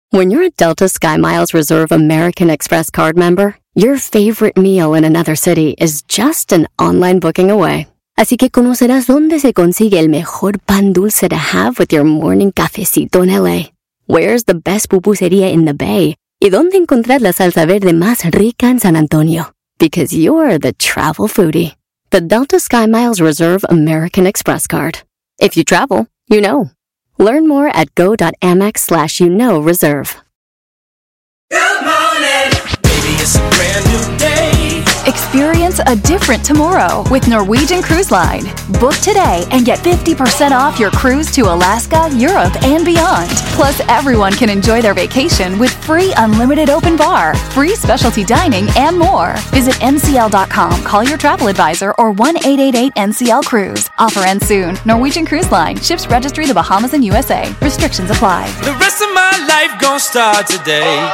When you're a Delta SkyMiles Reserve American Express card member, your favorite meal in another city is just an online booking away. Así que conocerás dónde se consigue el mejor pan dulce to have with your morning cafecito en LA. Where's the best pupusería in the Bay? Y dónde encontrar la salsa verde más rica en San Antonio. Because you're the travel foodie. The Delta SkyMiles Reserve American Express card. If you travel, you know. Learn more at go.amex/reserve. Good morning. Baby, it's a brand new day. Experience a different tomorrow with Norwegian Cruise Line. Book today and get 50% off your cruise to Alaska, Europe, and beyond. Plus, everyone can enjoy their vacation with free unlimited open bar, free specialty dining, and more. Visit ncl.com, call your travel advisor, or 1-888-NCL-CRUISE. Offer ends soon. Norwegian Cruise Line. Ships registry the Bahamas and USA. Restrictions apply. The rest of my life gon' start today.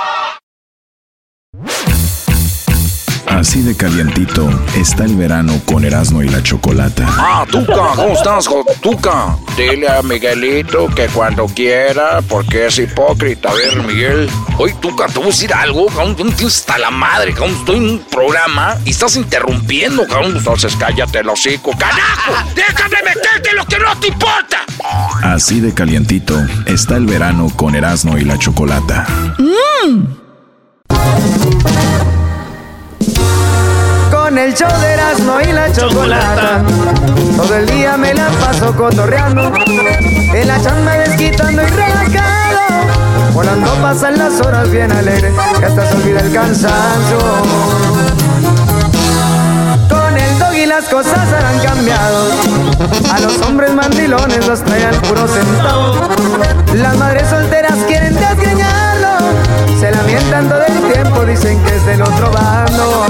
Así de calientito está el verano con Erasmo y la Chocolata. Tuca, ¿cómo estás, Tuca? Dile a Miguelito que cuando quiera, porque es hipócrita. A ver, Miguel. Oye, Tuca, te voy a decir algo, cabrón. Tú no tienes hasta la madre, cabrón. Estoy en un programa y estás interrumpiendo, cabrón. Entonces cállate el hocico. ¡Carajo! ¡Déjame meterte en lo que no te importa! Así de calientito está el verano con Erasmo y la Chocolata. Con el show de Erasmo y la Chocolata, todo el día me la paso cotorreando, en la chamba desquitando y relajado, volando pasan las horas bien alegres, que hasta se olvida el cansancio. Con el Doggy las cosas han cambiado, a los hombres mandilones los trae al puro centavo, las madres solteras quieren desgreñarlo, se lamentan todo el tiempo, dicen que es del otro bando.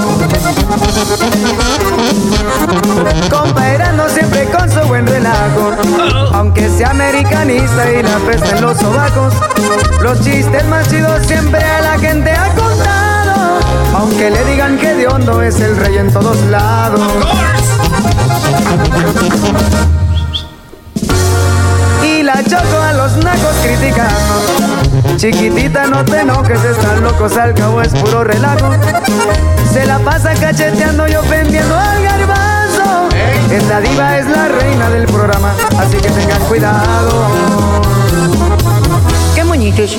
Compa Erasmo siempre con su buen relajo, aunque sea americanista y la pesta en los sobacos, los chistes más chidos siempre a la gente ha contado, aunque le digan que de hondo es el rey en todos lados. Y la Choco a los nacos criticando, chiquitita no te enojes, están locos, al cabo es puro relajo, se la pasa cacheteando y ofendiendo al garbanzo, esta diva es la reina del programa, así que tengan cuidado. ¡Qué moñitos!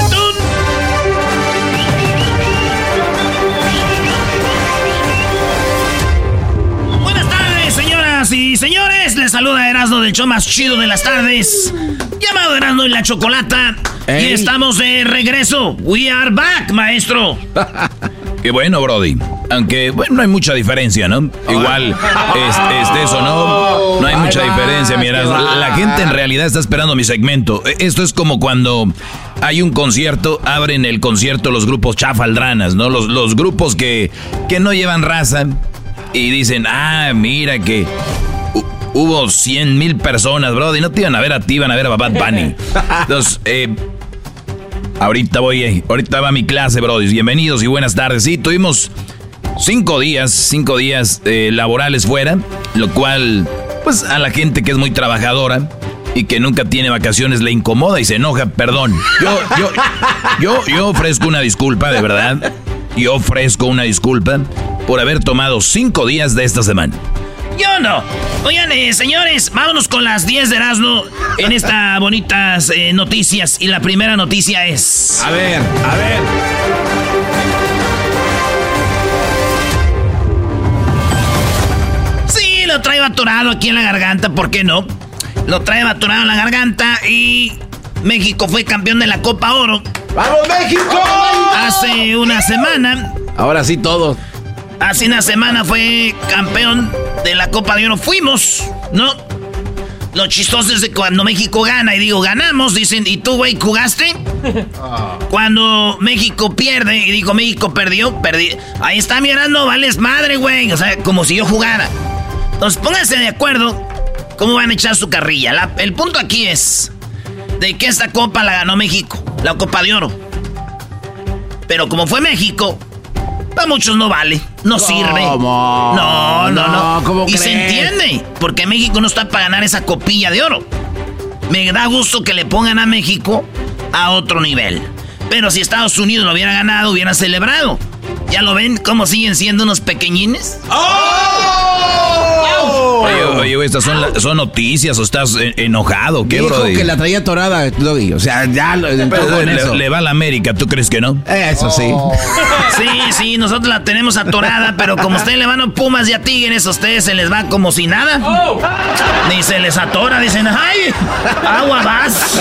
Y señores, les saluda Erasmo del show más chido de las tardes, llamado Erasmo y la Chocolata. Y estamos de regreso. We are back, maestro. Qué bueno, Brody. Aunque, bueno, no hay mucha diferencia, ¿no? Igual, eso, ¿no? No hay mucha diferencia, mira. La gente en realidad está esperando mi segmento. Esto es como cuando hay un concierto, abren el concierto los grupos chafaldranas, ¿no? Los grupos que no llevan raza. Y dicen, mira que hubo 100,000 personas, bro, y no te iban a ver a ti, iban a ver a Bad Bunny. Entonces, ahorita va mi clase, bro. Bienvenidos y buenas tardes. Sí, tuvimos 5 días laborales fuera, lo cual, pues, a la gente que es muy trabajadora y que nunca tiene vacaciones le incomoda y se enoja, perdón. Yo ofrezco una disculpa, de verdad. Yo ofrezco una disculpa por haber tomado 5 días de esta semana. Yo no. Oigan, señores, vámonos con las 10 de Erasmo en estas bonitas noticias. Y la primera noticia es... A ver. Sí, lo traigo atorado aquí en la garganta, ¿por qué no? Lo traigo atorado en la garganta y México fue campeón de la Copa Oro. ¡Vamos, México! Hace una semana. Ahora sí todo. Hace una semana fue campeón de la Copa de Oro. Fuimos, ¿no? Lo chistoso es de cuando México gana y digo, ganamos, dicen, ¿y tú, güey, jugaste? Cuando México pierde y digo, México perdió, perdí. Ahí está mirando, vales madre, güey. O sea, como si yo jugara. Entonces, pónganse de acuerdo cómo van a echar su carrilla. El punto aquí es de que esta copa la ganó México, la Copa de Oro. Pero como fue México, para muchos no vale, no sirve. ¿Cómo? No. ¿Cómo y crees? se entiende, porque México no está para ganar esa copilla de oro. Me da gusto que le pongan a México a otro nivel. Pero si Estados Unidos lo hubiera ganado, hubieran celebrado. ¿Ya lo ven cómo siguen siendo unos pequeñines? Oye, estas son noticias, o estás enojado, ¿qué, bro? Dijo que la traía atorada, Doggy. O sea, ya le va a la América, ¿tú crees que no? Eso sí. Sí, nosotros la tenemos atorada, pero como ustedes le van a Pumas y a Tigres, a ustedes se les va como si nada. Ni se les atora, dicen, ¡ay! ¡Agua vas!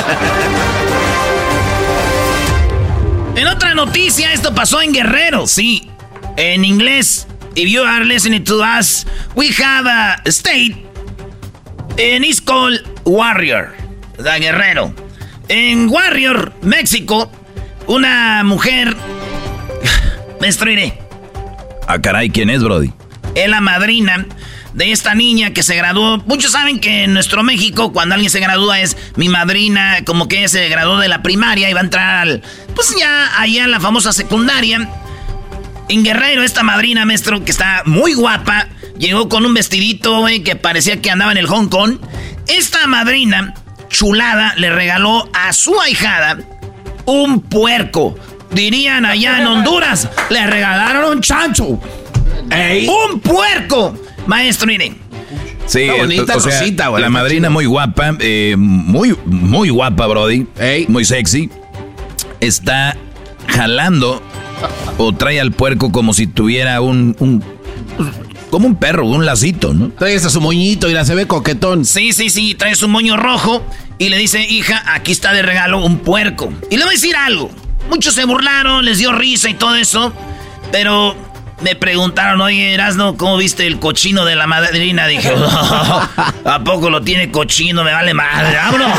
En otra noticia, esto pasó en Guerrero, sí. En inglés, if you are listening to us, we have a state and it's called Warrior, o sea, Guerrero. En Warrior, México, una mujer... Maestro Iré. Ah, caray, ¿quién es, brody? Es la madrina de esta niña que se graduó. Muchos saben que en nuestro México, cuando alguien se gradúa, es mi madrina, como que se graduó de la primaria y va a entrar pues ya allá en la famosa secundaria. En Guerrero, esta madrina, maestro, que está muy guapa, llegó con un vestidito, güey, que parecía que andaba en el Hong Kong. Esta madrina, chulada, le regaló a su ahijada un puerco. Dirían allá en Honduras, le regalaron un chancho. ¡Ey! ¡Un puerco! Maestro, miren. Sí, bonita, o sea, Rosita, la madrina muy guapa, muy guapa, brody. Ey. Muy sexy. Está jalando o trae al puerco como si tuviera como un perro, un lacito, ¿no? Trae hasta su moñito y la se ve coquetón. Sí, trae su moño rojo y le dice, hija, aquí está de regalo un puerco. Y le voy a decir algo. Muchos se burlaron, les dio risa y todo eso, pero me preguntaron, oye, Erasno, ¿cómo viste el cochino de la madrina? Dije, oh, ¿a poco lo tiene cochino? Me vale madre, vámonos.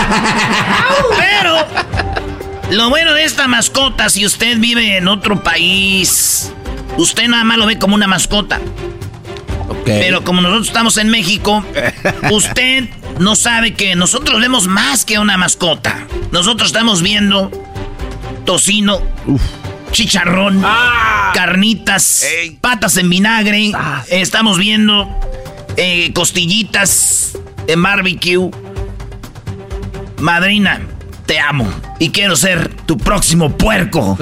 Pero lo bueno de esta mascota, si usted vive en otro país, usted nada más lo ve como una mascota. Okay. Pero como nosotros estamos en México, usted no sabe que nosotros vemos más que una mascota. Nosotros estamos viendo tocino, chicharrón, carnitas, patas en vinagre. Estamos viendo costillitas en barbecue. Madrina, te amo y quiero ser tu próximo puerco.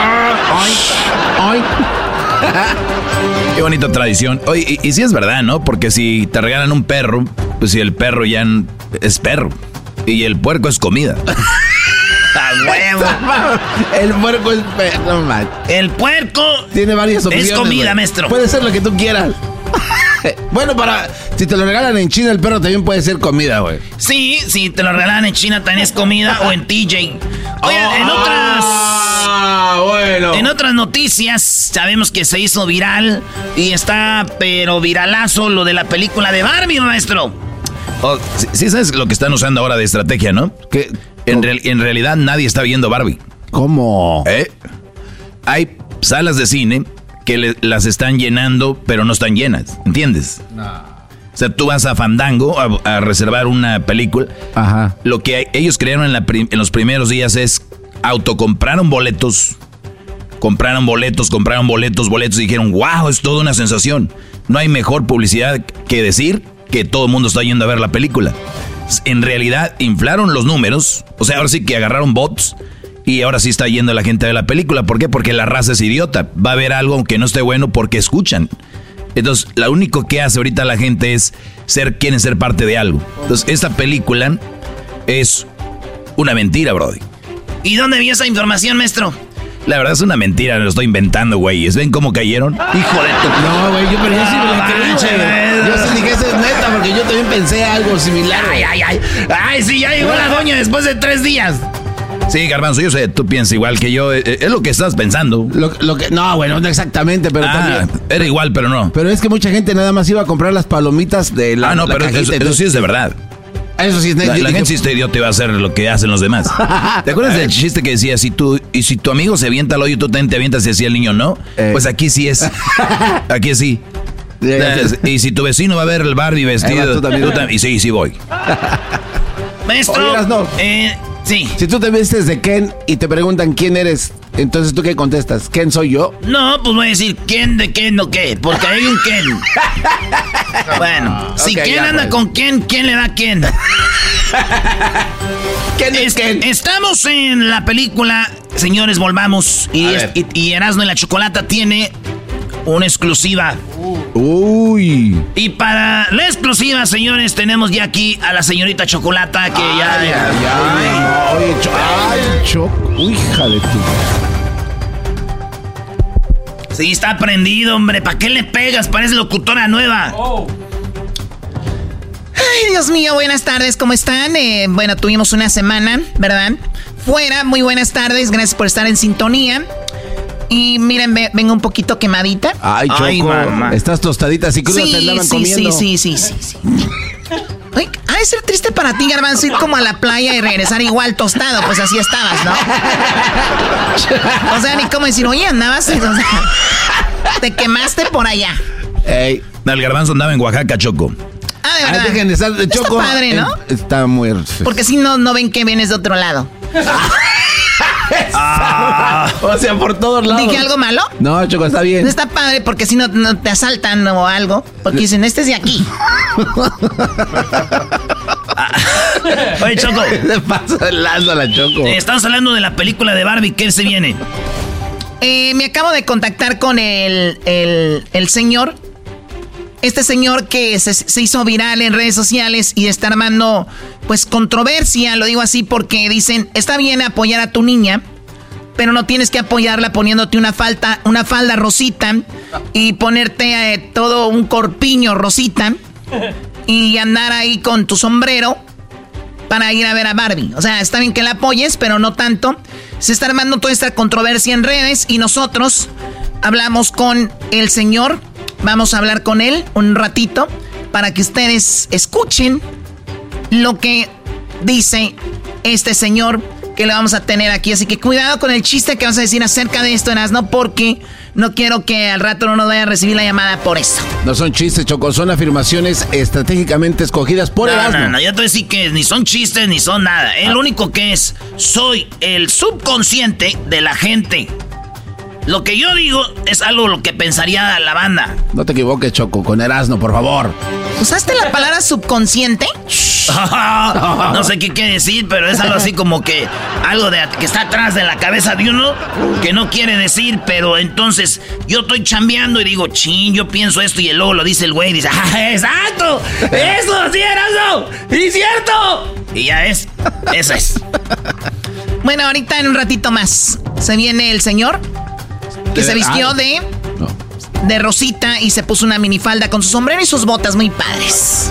Ay. Qué bonita tradición. Oye, y si es verdad, ¿no? Porque si te regalan un perro, pues si el perro ya es perro y el puerco es comida. ¡A huevo! El puerco es perro, man. El puerco tiene varias opciones. Es comida, maestro. Puede ser lo que tú quieras. Bueno, si te lo regalan en China, el perro también puede ser comida, güey. Sí, si te lo regalan en China también es comida o en TJ. Oye, en otras noticias, sabemos que se hizo viral y está, pero viralazo, lo de la película de Barbie, maestro. Sí sabes lo que están usando ahora de estrategia, ¿no? Que en realidad nadie está viendo Barbie. ¿Cómo? Hay salas de cine que las están llenando, pero no están llenas, ¿entiendes? No. O sea, tú vas a Fandango a reservar una película. Ajá. Lo que ellos crearon en los primeros días es compraron boletos y dijeron, wow, es toda una sensación. No hay mejor publicidad que decir que todo el mundo está yendo a ver la película. En realidad, inflaron los números. O sea, ahora sí que agarraron bots y ahora sí está yendo la gente a ver la película. ¿Por qué? Porque la raza es idiota. Va a ver algo aunque no esté bueno porque escuchan. Entonces, lo único que hace ahorita la gente es quieren ser parte de algo. Entonces, esta película es una mentira, brody. ¿Y dónde vi esa información, maestro? La verdad es una mentira, lo estoy inventando, güey. ¿Ven cómo cayeron? Hijo de tu... No, güey, yo sí me la creí. Yo sí dije, eso es neta, porque yo también pensé algo similar. Ay, sí, ya llegó la doña después de 3 días. Sí, Garbanzo, yo sé, tú piensas igual que yo. Es lo que estás pensando. No, bueno, no exactamente, pero también. Era igual, pero no. Pero es que mucha gente nada más iba a comprar las palomitas de la no, pero eso sí es de verdad. Eso sí es neta. La gente sí está idiota y va a hacer lo que hacen los demás. ¿Te acuerdas del chiste que decía, si tu amigo se avienta al hoyo, tú también te avientas y decía el niño no? Pues aquí sí es. Aquí sí. Y si tu vecino va a ver el Barbie vestido, tú también. Y sí voy. Maestro, sí. Si tú te vistes de Ken y te preguntan quién eres, Entonces, ¿tú qué contestas? ¿Quién soy yo? No, pues voy a decir, ¿quién de Ken o qué? Porque hay un Ken. Bueno, si Okay, Ken anda con Ken, ¿quién le da a Ken? ¿Quién es Ken? Estamos en la película, señores, volvamos. Y Erasmo y la Chocolata tiene una exclusiva. Uy. Y para la exclusiva, señores, tenemos ya aquí a la señorita Chocolata que Oye, Choco. Uy, hija de tu. Sí, está prendido, hombre. ¿Para qué le pegas? Parece locutora nueva. Ay, Dios mío, buenas tardes, ¿cómo están? Bueno, tuvimos una semana, ¿verdad? Fuera, muy buenas tardes, gracias por estar en sintonía. Y miren, vengo un poquito quemadita. Ay, Choco, mamá. Estás tostadita, así cruda te andaban comiendo. Sí. Ay, debe ser triste para ti, Garbanzo, ir como a la playa y regresar igual tostado, pues así estabas, ¿no? O sea, ni cómo decir, oye, andabas, o sea, te quemaste por allá. Ey. El Garbanzo andaba en Oaxaca, Choco. Ah, de verdad. Dejen de estar, Choco, está padre, ¿no? Está muy... Porque si no ven que vienes de otro lado. O sea, por todos lados. ¿Dije algo malo? No, Choco, está bien. Está padre porque si no te asaltan o algo. Porque dicen, este es de aquí. Oye, Choco. Le pasa el lazo a la Choco. Estamos hablando de la película de Barbie. ¿Qué se viene? Me acabo de contactar con el señor. Este señor que se hizo viral en redes sociales y está armando, pues, controversia. Lo digo así porque dicen, está bien apoyar a tu niña, pero no tienes que apoyarla poniéndote una falda rosita y ponerte todo un corpiño rosita y andar ahí con tu sombrero para ir a ver a Barbie. O sea, está bien que la apoyes, pero no tanto. Se está armando toda esta controversia en redes y nosotros hablamos con el señor. Vamos a hablar con él un ratito para que ustedes escuchen lo que dice este señor que le vamos a tener aquí. Así que cuidado con el chiste que vamos a decir acerca de esto, Erasmo, porque no quiero que al rato no nos vaya a recibir la llamada por eso. No son chistes, Choco, son afirmaciones estratégicamente escogidas por Erasmo. No, yo te voy a decir que ni son chistes ni son nada. El único que es, soy el subconsciente de la gente. Lo que yo digo es algo lo que pensaría la banda. No te equivoques, Choco, con Erasmo, por favor. ¿Usaste la palabra subconsciente? No sé qué quiere decir, pero es algo así como que algo que está atrás de la cabeza de uno que no quiere decir, pero entonces yo estoy chambeando y digo, chin, yo pienso esto y luego lo dice el güey y dice, ¡ah, exacto! ¡Eso, sí, Erasmo! ¡Y cierto! Y ya es, eso es. Bueno, ahorita en un ratito más se viene el señor que se vistió de rosita y se puso una minifalda con su sombrero y sus botas muy padres.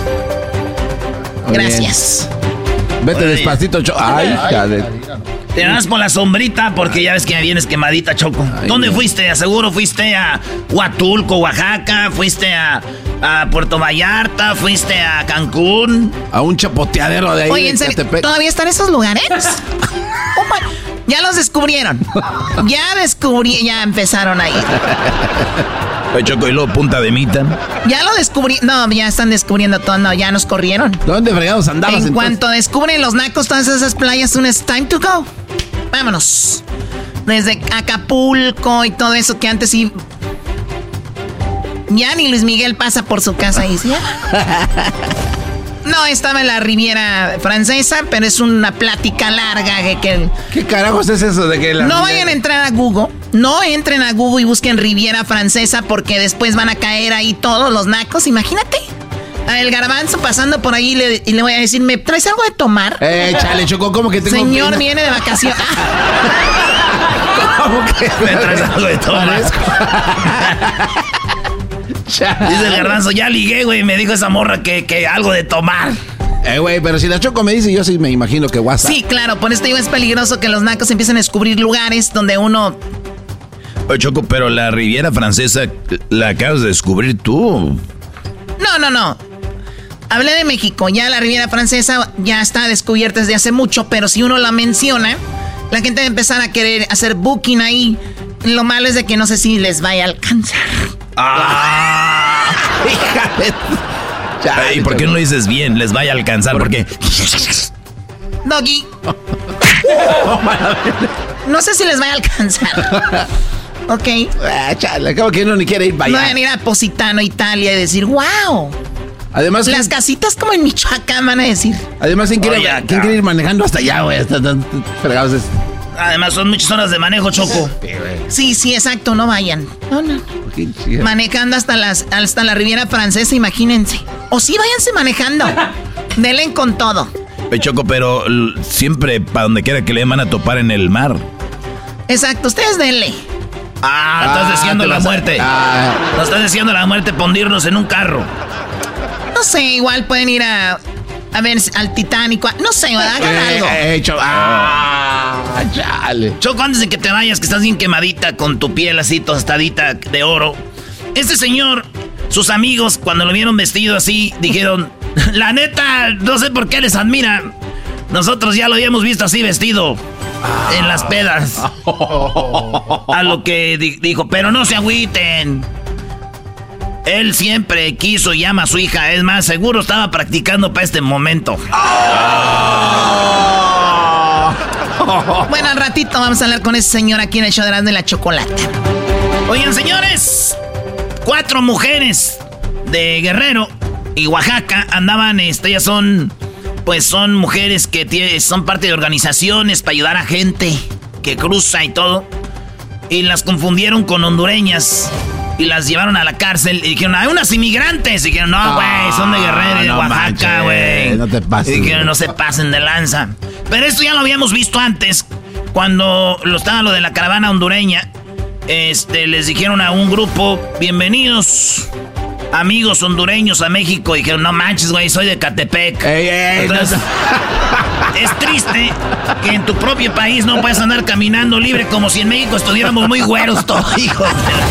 Muy Gracias. Bien. Vete despacito, Choco. Ay, joder. Te das por la sombrita porque ya ves que vienes quemadita, Choco. Ay, ¿Dónde no. fuiste? Seguro fuiste a Huatulco, Oaxaca, fuiste a Puerto Vallarta, fuiste a Cancún. A un chapoteadero de ahí. Oye, ¿en serio? ¿Todavía están esos lugares? Oh my, ya los descubrieron. Ya empezaron ahí. Oye, Choco, y luego Punta de Mita. Ya lo descubrí. No, ya están descubriendo todo. No, ya nos corrieron. ¿Dónde fregados andabas En entonces? cuanto descubren los nacos todas esas playas, es time to go. Vámonos. Desde Acapulco y todo eso que antes sí. Ya ni Luis Miguel pasa por su casa y ¿sí? No, estaba en la Riviera Francesa, pero es una plática larga que ¿Qué carajos es eso de que la... no vayan a entrar a Google. No entren a Google y busquen Riviera Francesa porque después van a caer ahí todos los nacos. Imagínate. El Garbanzo pasando por ahí y le voy a decir, ¿me traes algo de tomar? Chale, Choco, ¿cómo que tengo... Señor, viene de vacaciones. ¿Cómo que ¿Me traes algo de tomar? Dice el Garbanzo, ya ligué, güey. Me dijo esa morra que algo de tomar. Güey, pero si la Choco me dice, yo sí me imagino que WhatsApp. Sí, claro, por eso digo, es peligroso que los nacos empiecen a descubrir lugares donde uno... Oye, Choco, pero la Riviera Francesa la acabas de descubrir tú. No. Hablé de México. Ya la Riviera Francesa ya está descubierta desde hace mucho, pero si uno la menciona, la gente va a empezar a querer hacer booking ahí. Lo malo es de que no sé si les vaya a alcanzar. ¿Y por qué no lo dices bien? Les vaya a alcanzar, porque... Doggy. No sé si les vaya a alcanzar. Ok. Chale, acabo que uno ni quiere ir para allá. No van a ir a Positano, Italia y decir, wow. Además, las casitas como en Michoacán van a decir. Además, ¿quién quiere ir manejando hasta allá, güey? Fregados. Además, son muchas horas de manejo, Choco. Sí, exacto, no vayan. No. Manejando hasta la Riviera Francesa, imagínense. O sí, váyanse manejando. Denle con todo. Choco, pero siempre para donde quiera que le van a topar en el mar. Exacto, ustedes denle. Estás deseando la muerte. No estás deseando la muerte por hundirnos en un carro. No sé, igual pueden ir a ver al Titanic. No sé, hagan algo. Chale. Choco, antes de que te vayas, que estás bien quemadita con tu piel así tostadita de oro. Este señor, sus amigos, cuando lo vieron vestido así, dijeron, la neta, no sé por qué les admira. Nosotros ya lo habíamos visto así vestido en las pedas. A lo que dijo, pero no se agüiten. Él siempre quiso y ama a su hija. Es más, seguro estaba practicando para este momento. Bueno, al ratito vamos a hablar con ese señor aquí en el show de Erasmo y la Chocolata. Oigan, señores, 4 mujeres de Guerrero y Oaxaca andaban, ellas son mujeres que son parte de organizaciones para ayudar a gente que cruza y todo. Y las confundieron con hondureñas. Y las llevaron a la cárcel y dijeron, hay unas inmigrantes. Y dijeron, no, güey, son de Guerrero y de Oaxaca, güey. No te pases. Y dijeron, no se pasen de lanza. Pero esto ya lo habíamos visto antes, cuando estaba lo de la caravana hondureña. Les dijeron a un grupo, bienvenidos, amigos hondureños a México. Y dijeron, no manches, güey, soy de Catepec. Entonces, es triste que en tu propio país no puedas andar caminando libre como si en México estuviéramos muy güeros todos, hijos.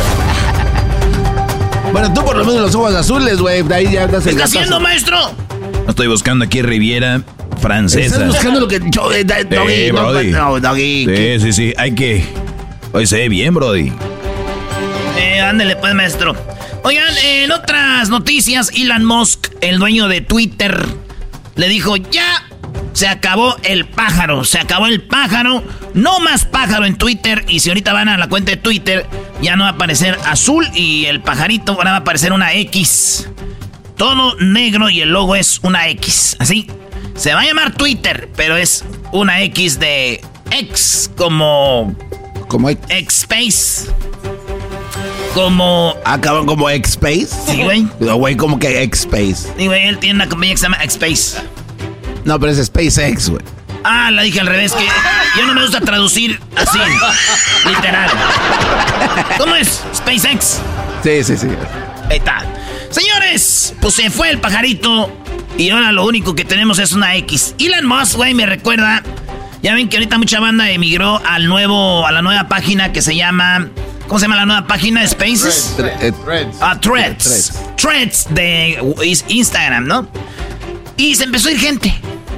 Bueno, tú por lo menos los ojos azules, güey. De ahí ya das el ¿Qué está haciendo, maestro? Estoy buscando aquí Riviera Francesa. ¿Estás buscando lo que yo... Brody. No, Doggy. Sí. Hay que... Hoy se ve bien, Brody. Ándele pues, maestro. Oigan, en otras noticias, Elon Musk, el dueño de Twitter, le dijo, ya se acabó el pájaro. No más pájaro en Twitter. Y si ahorita van a la cuenta de Twitter, ya no va a aparecer azul y el pajarito, ahora va a aparecer una X. Todo negro y el logo es una X. Así. Se va a llamar Twitter, pero es una X de X, como X-Space. Como... ¿Acaban como X-Space? Sí, güey. Güey, como que X-Space. Sí, güey, él tiene una compañía que se llama X-Space. No, pero es SpaceX, güey. La dije al revés, que yo no me gusta traducir así, literal. ¿Cómo es? SpaceX. Sí. Ahí está. Señores, pues se fue el pajarito y ahora lo único que tenemos es una X. Elon Musk, güey, me recuerda. Ya ven que ahorita mucha banda emigró a la nueva página que se llama... ¿Cómo se llama la nueva página? ¿Spaces? Threads. Threads de Instagram, ¿no? Y se empezó a ir gente.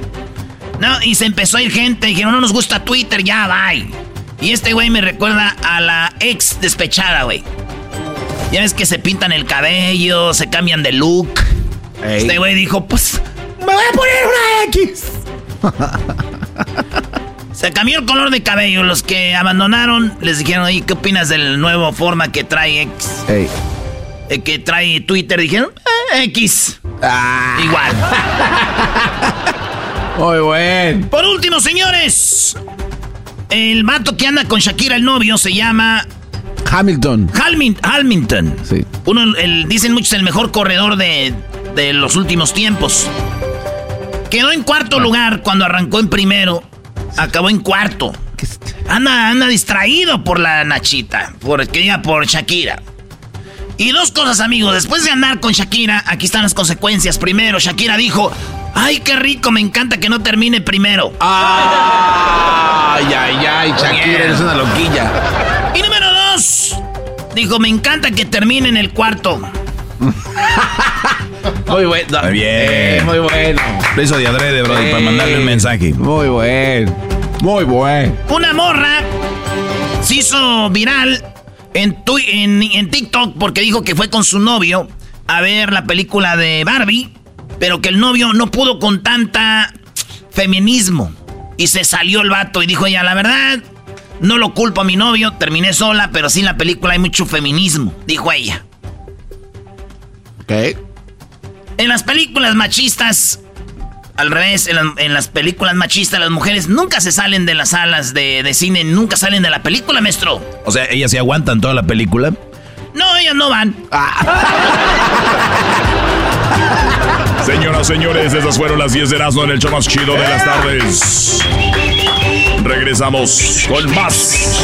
Dijeron, no nos gusta Twitter, ya, bye. Y este güey me recuerda a la ex despechada, güey. Ya ves que se pintan el cabello, se cambian de look. Ey. Este güey dijo, pues, me voy a poner una X. Se cambió el color de cabello. Los que abandonaron les dijeron, oye, ¿qué opinas del nuevo forma que trae X? Ey. Que trae Twitter. Dijeron, X. Igual. Muy bueno. Por último, señores, el vato que anda con Shakira, el novio, se llama... Hamilton. Sí. Dicen muchos el mejor corredor de los últimos tiempos. Quedó en cuarto lugar cuando arrancó en primero. Acabó en cuarto. Anda distraído por la Nachita. Por Shakira. Y dos cosas, amigos. Después de andar con Shakira, aquí están las consecuencias. Primero, Shakira dijo, ay, qué rico, me encanta que no termine primero. Ay, Shakira, eres una loquilla. Y número 2, dijo, me encanta que termine en el cuarto. Muy bueno. Muy bien. Muy bueno. Lo hizo de adrede, bro, para mandarle un mensaje. Muy bueno. Una morra se hizo viral en TikTok porque dijo que fue con su novio a ver la película de Barbie, pero que el novio no pudo con tanta feminismo y se salió el vato y dijo, ya, la verdad, No lo culpo a mi novio, terminé sola, pero sí en la película hay mucho feminismo, dijo ella. Ok. En las películas machistas, al revés, en las películas machistas las mujeres nunca se salen de las salas de cine, nunca salen de la película, maestro. O sea, ellas se aguantan toda la película. No, ellas no van. Señoras, señores, esas fueron las 10 de Erasmo en el show más chido de las tardes. Regresamos con más.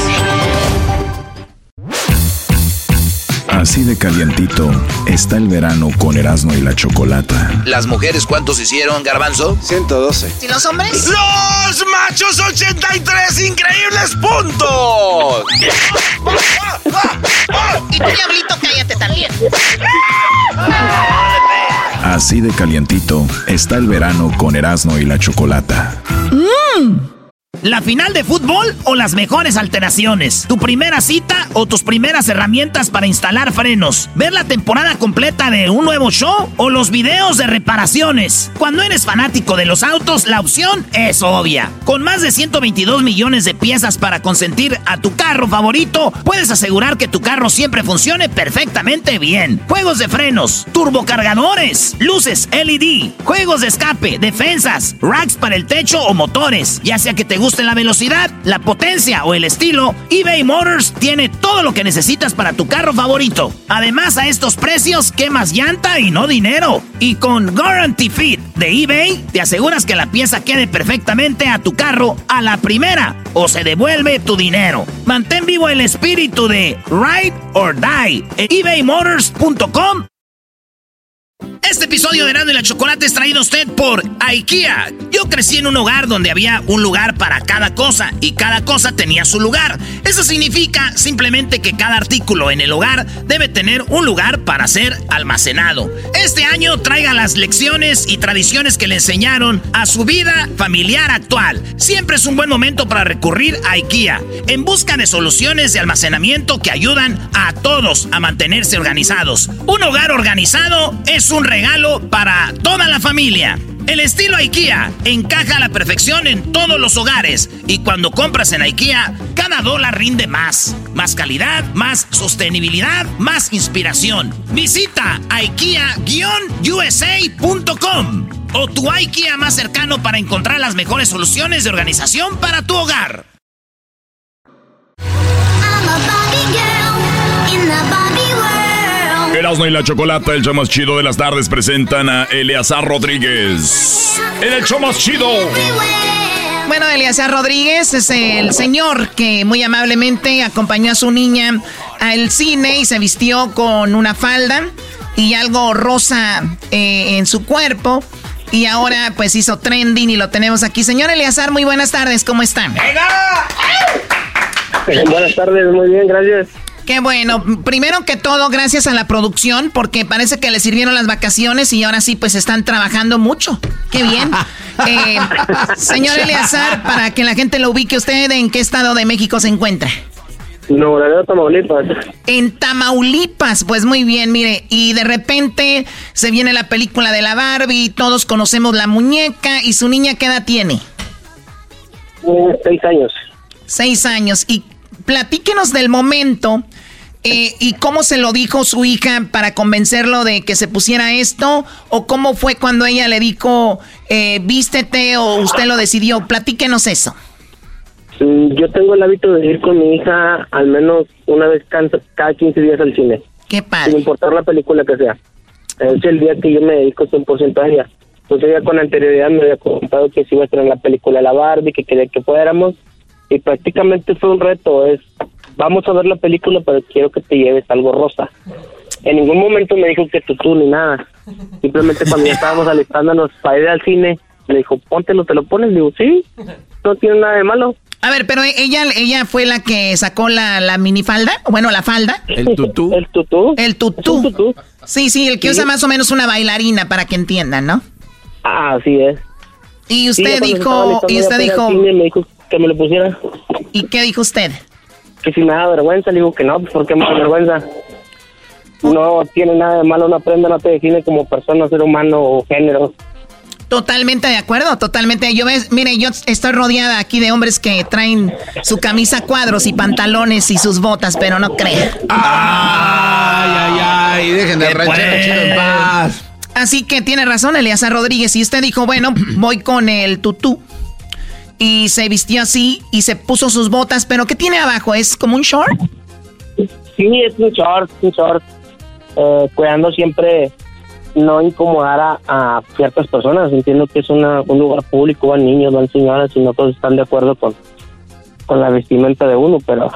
Así de calientito está el verano con Erasmo y la Chocolata. ¿Las mujeres cuántos hicieron, Garbanzo? 112. ¿Y los hombres? ¡Los machos 83 increíbles puntos! Y tú, diablito, cállate también. Así de calientito está el verano con Erasmo y la Chocolata. ¿La final de fútbol o las mejores alteraciones? ¿Tu primera cita o tus primeras herramientas para instalar frenos? ¿Ver la temporada completa de un nuevo show o los videos de reparaciones? Cuando eres fanático de los autos, la opción es obvia. Con más de 122 millones de piezas para consentir a tu carro favorito, puedes asegurar que tu carro siempre funcione perfectamente bien. Juegos de frenos, turbocargadores, luces LED, juegos de escape, defensas, racks para el techo o motores. Ya sea que te guste la velocidad, la potencia o el estilo, eBay Motors tiene todo lo que necesitas para tu carro favorito. Además, a estos precios, quemas llanta y no dinero. Y con Guarantee Fit de eBay, te aseguras que la pieza quede perfectamente a tu carro a la primera o se devuelve tu dinero. Mantén vivo el espíritu de Ride or Die en ebaymotors.com. Este episodio de Erasmo y la Chocolate es traído a usted por IKEA. Yo crecí en un hogar donde había un lugar para cada cosa y cada cosa tenía su lugar. Eso significa simplemente que cada artículo en el hogar debe tener un lugar para ser almacenado. Este año traiga las lecciones y tradiciones que le enseñaron a su vida familiar actual. Siempre es un buen momento para recurrir a IKEA en busca de soluciones de almacenamiento que ayudan a todos a mantenerse organizados. Un hogar organizado es un regalo para toda la familia. El estilo IKEA encaja a la perfección en todos los hogares. Y cuando compras en IKEA, cada dólar rinde más. Más calidad, más sostenibilidad, más inspiración. Visita IKEA-USA.com o tu IKEA más cercano para encontrar las mejores soluciones de organización para tu hogar. Erasmo y la Chocolata, el show más chido de las tardes, presentan a Eleazar Rodríguez en el show más chido. Bueno, Eleazar Rodríguez es el señor que muy amablemente acompañó a su niña al cine y se vistió con una falda y algo rosa en su cuerpo. Y ahora pues hizo trending y lo tenemos aquí. Señor Eleazar, muy buenas tardes, ¿cómo están? Buenas tardes, muy bien, gracias. Qué bueno, primero que todo, gracias a la producción, porque parece que le sirvieron las vacaciones y ahora sí, pues están trabajando mucho. Qué bien. Señor Eleazar, para que la gente lo ubique, ¿usted en qué estado de México se encuentra? No, Laredo, Tamaulipas. En Tamaulipas, pues muy bien, mire, y de repente se viene la película de la Barbie, todos conocemos la muñeca, ¿y su niña qué edad tiene? 6 años. 6 años, y platíquenos del momento y cómo se lo dijo su hija para convencerlo de que se pusiera esto, o cómo fue cuando ella le dijo, vístete, o usted lo decidió. Platíquenos eso. Yo tengo el hábito de ir con mi hija al menos una vez cada 15 días al cine. Qué padre. Sin importar la película que sea. Es el día que yo me dedico 100% a ella. Pues ella con anterioridad me había contado que se iba a estrenar la película de la Barbie, que quería que fuéramos. Y prácticamente fue un reto, vamos a ver la película, pero quiero que te lleves algo rosa. En ningún momento me dijo que tutú ni nada. Simplemente cuando ya estábamos alistándonos para ir al cine, me dijo, póntelo, ¿te lo pones? Digo, sí, no tiene nada de malo. A ver, pero ella fue la que sacó la minifalda, bueno, la falda. ¿El tutú? El tutú. El tutú. Sí, el que usa más o menos una bailarina, para que entiendan, ¿no? Ah, así es. Y usted sí, dijo, me dijo que me lo pusiera. ¿Y qué dijo usted? Que si me da vergüenza. Le digo que no, pues ¿por qué me da vergüenza? No tiene nada de malo una prenda, no te define como persona, ser humano o género. Totalmente de acuerdo, totalmente. Yo estoy rodeada aquí de hombres que traen su camisa a cuadros y pantalones y sus botas, pero no creo. Ay, dejen de ranchar chido en paz. Así que tiene razón Eleazar Rodríguez. Y usted dijo, bueno, voy con el tutú. Y se vistió así y se puso sus botas, pero ¿qué tiene abajo? ¿Es como un short? Sí, es un short. Cuidando siempre no incomodar a ciertas personas. Entiendo que es un lugar público, van niños, van señoras y no todos están de acuerdo con la vestimenta de uno, pero...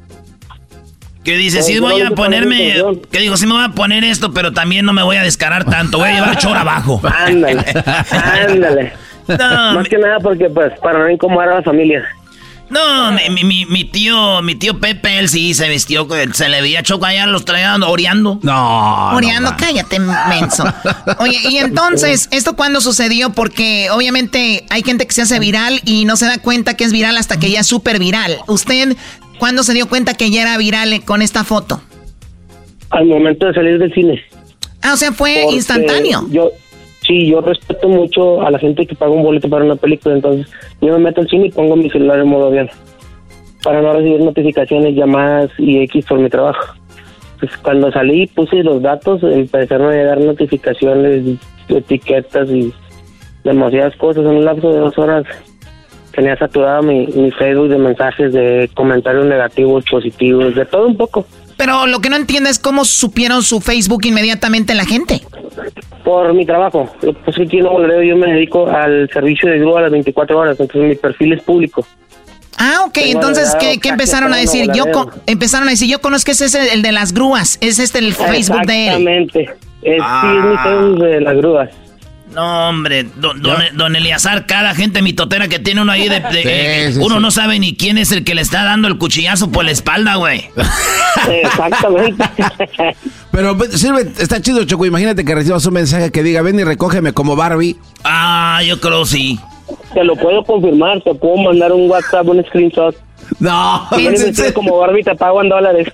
¿Qué dice? Sí voy a ponerme... ¿Qué digo? Sí me voy a poner esto, pero también no me voy a descarar tanto. Voy a llevar short abajo. Ándale. No, más que nada porque, pues, para no incomodar a la familia. No, mi tío Pepe, él sí se vistió, se le veía Choco allá, los traía oreando. Oreando, cállate, menso. Oye, y entonces, ¿esto cuándo sucedió? Porque obviamente hay gente que se hace viral y no se da cuenta que es viral hasta que ya es súper viral. ¿Usted cuándo se dio cuenta que ya era viral con esta foto? Al momento de salir del cine. O sea, fue instantáneo. Yo respeto mucho a la gente que paga un boleto para una película, entonces yo me meto al cine y pongo mi celular en modo avión para no recibir notificaciones, llamadas y X por mi trabajo. Pues cuando salí puse los datos, empezaron a llegar notificaciones, etiquetas y demasiadas cosas. En un lapso de 2 horas tenía saturado mi Facebook de mensajes, de comentarios negativos, positivos, de todo un poco. Pero lo que no entiendo es cómo supieron su Facebook inmediatamente la gente. Por mi trabajo. Pues aquí en Nuevo Laredo yo me dedico al servicio de grúa a las 24 horas, entonces mi perfil es público. Ok, entonces, ¿qué empezaron a decir? Empezaron a decir, yo conozco que ese es el de las grúas, es el Facebook de él. Exactamente, sí, es mi Facebook de las grúas. No, hombre, don Eleazar, cada gente mitotera que tiene uno ahí uno no sabe ni quién es el que le está dando el cuchillazo por la espalda, güey. Exactamente. Pero sirve, está chido, Choco. Imagínate que recibas un mensaje que diga, ven y recógeme como Barbie. Yo creo sí. Te lo puedo confirmar, te puedo mandar un WhatsApp, un screenshot. No. Como Barbie te pago en $.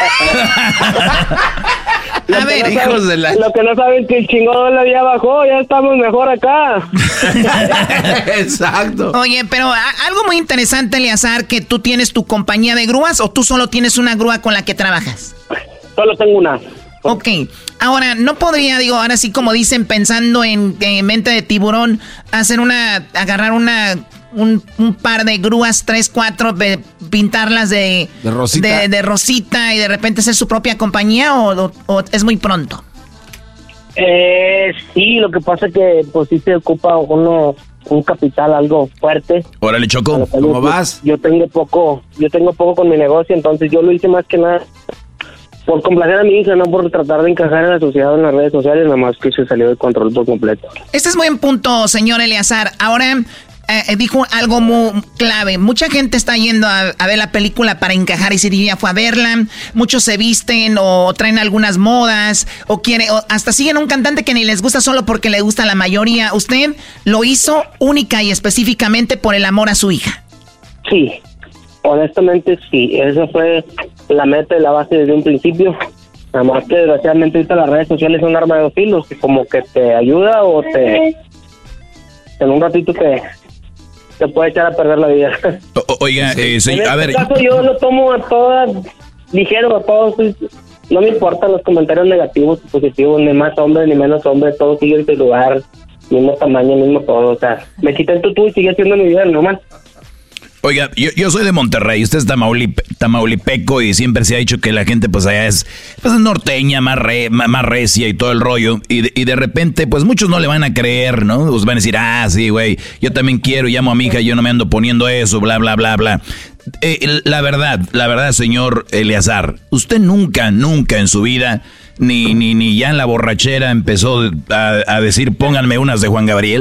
A ver, hijos de la... Lo que no saben es que el chingón dólar ya bajó, ya estamos mejor acá. Exacto. Oye, pero algo muy interesante, Eleazar, que tú tienes tu compañía de grúas o tú solo tienes una grúa con la que trabajas. Solo tengo una. Ok, ahora, no podría, ahora sí como dicen, pensando en mente de tiburón, agarrar un par de grúas, 3, 4, pintarlas de rosita. De rosita y de repente hacer su propia compañía o es muy pronto. Sí, lo que pasa es que pues sí se ocupa un capital algo fuerte. Órale, Choco, ¿cómo vas? Yo tengo poco con mi negocio, entonces yo lo hice más que nada por complacer a mi hija, no por tratar de encajar en la sociedad o en las redes sociales, nada más que se salió de control por completo. Este es buen punto, señor Eleazar. Ahora, dijo algo muy clave. Mucha gente está yendo a ver la película para encajar y si ya fue a verla. Muchos se visten o traen algunas modas o hasta siguen un cantante que ni les gusta solo porque le gusta a la mayoría. Usted lo hizo única y específicamente por el amor a su hija. Sí, honestamente sí. Esa fue la meta y la base desde un principio. Nada más que desgraciadamente ahorita las redes sociales son un arma de 2 filos, que como que te ayuda o en un ratito te puede echar a perder la vida. Oiga, a ver, caso yo lo tomo a todas ligero, a todos. No me importan los comentarios negativos y positivos, ni más hombres ni menos hombres, todos siguen en su lugar, mismo tamaño, mismo todo. O sea, me quité el tutú y sigue haciendo mi vida normal. Oiga, yo soy de Monterrey, usted es tamaulipeco y siempre se ha dicho que la gente pues allá es norteña, más recia y todo el rollo. Y de repente pues muchos no le van a creer, ¿no? Pues van a decir, sí, güey, yo también quiero, llamo a mi hija, yo no me ando poniendo eso, bla, bla, bla, bla. La verdad, señor Eleazar, usted nunca en su vida, ni ya en la borrachera empezó a decir, pónganme unas de Juan Gabriel.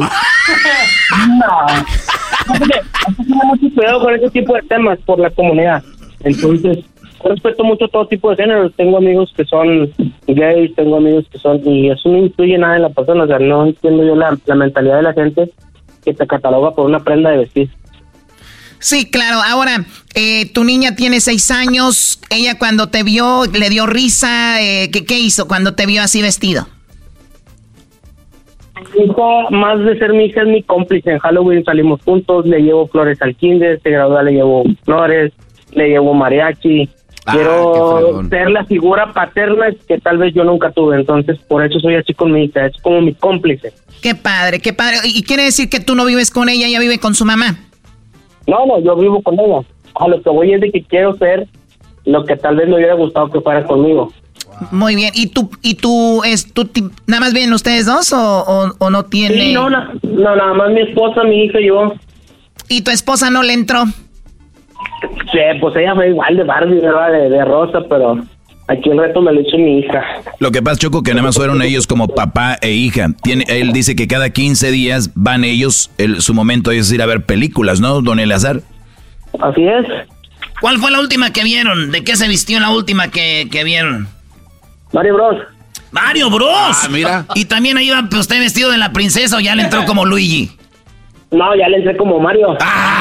No. Tengo mucho cuidado con ese tipo de temas por la comunidad. Entonces, respeto mucho todo tipo de géneros. Tengo amigos que son gays, tengo amigos que son... Y eso no influye nada en la persona. O sea, no entiendo yo la mentalidad de la gente que te cataloga por una prenda de vestir. Sí, claro. Ahora, tu niña tiene 6 años. Ella cuando te vio, le dio risa. ¿Qué hizo cuando te vio así vestido? hija, más de ser mi hija, es mi cómplice. En Halloween salimos juntos, le llevo flores al kinder, se gradúa, le llevo flores, le llevo mariachi. Quiero ser la figura paterna que tal vez yo nunca tuve, entonces por eso soy así con mi hija, es como mi cómplice. Qué padre, qué padre. ¿Y quiere decir que tú no vives con ella, ella vive con su mamá? No, yo vivo con ella. A lo que voy es de que quiero ser lo que tal vez me hubiera gustado que fuera conmigo. Muy bien. ¿Y tú nada más vienen ustedes dos o no tiene? Sí, no, nada más mi esposa, mi hija y yo. ¿Y tu esposa no le entró? Sí, pues ella fue igual de Barbie, ¿verdad? De rosa, pero aquí el reto me lo hizo mi hija. Lo que pasa, Choco, que nada más fueron ellos como papá e hija. Él dice que cada 15 días van ellos, su momento es ir a ver películas, ¿no, don Eleazar? Así es. ¿Cuál fue la última que vieron? ¿De qué se vistió en la última que vieron? Mario Bros. ¡Mario Bros! Ah, mira. ¿Y también ahí iba usted vestido de la princesa o ya le entró como Luigi? No, ya le entré como Mario.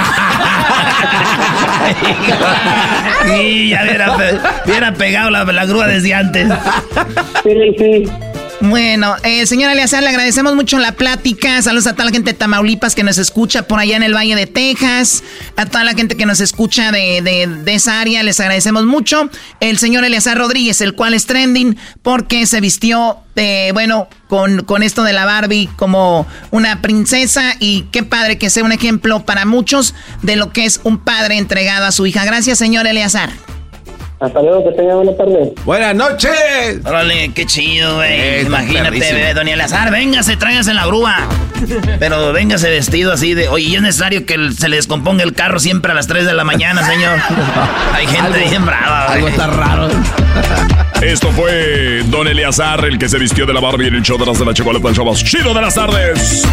Sí, ya hubiera pegado la grúa desde antes. Sí. Bueno, señor Eleazar, le agradecemos mucho la plática. Saludos a toda la gente de Tamaulipas que nos escucha por allá en el Valle de Texas. A toda la gente que nos escucha de esa área, les agradecemos mucho. El señor Eleazar Rodríguez, el cual es trending porque se vistió, con esto de la Barbie como una princesa. Y qué padre que sea un ejemplo para muchos de lo que es un padre entregado a su hija. Gracias, señor Eleazar. Hasta luego, que tenga buena tarde. ¡Buenas noches! Órale, qué chido, güey. Imagínate, don Eleazar, véngase, tráigase en la grúa. Pero véngase vestido así de... Oye, ¿y es necesario que se le descomponga el carro siempre a las 3 de la mañana, señor? Hay gente bien brava, güey. Algo está raro. Esto fue don Eleazar, el que se vistió de la Barbie en el show de la chocolate, el show más chido de las tardes.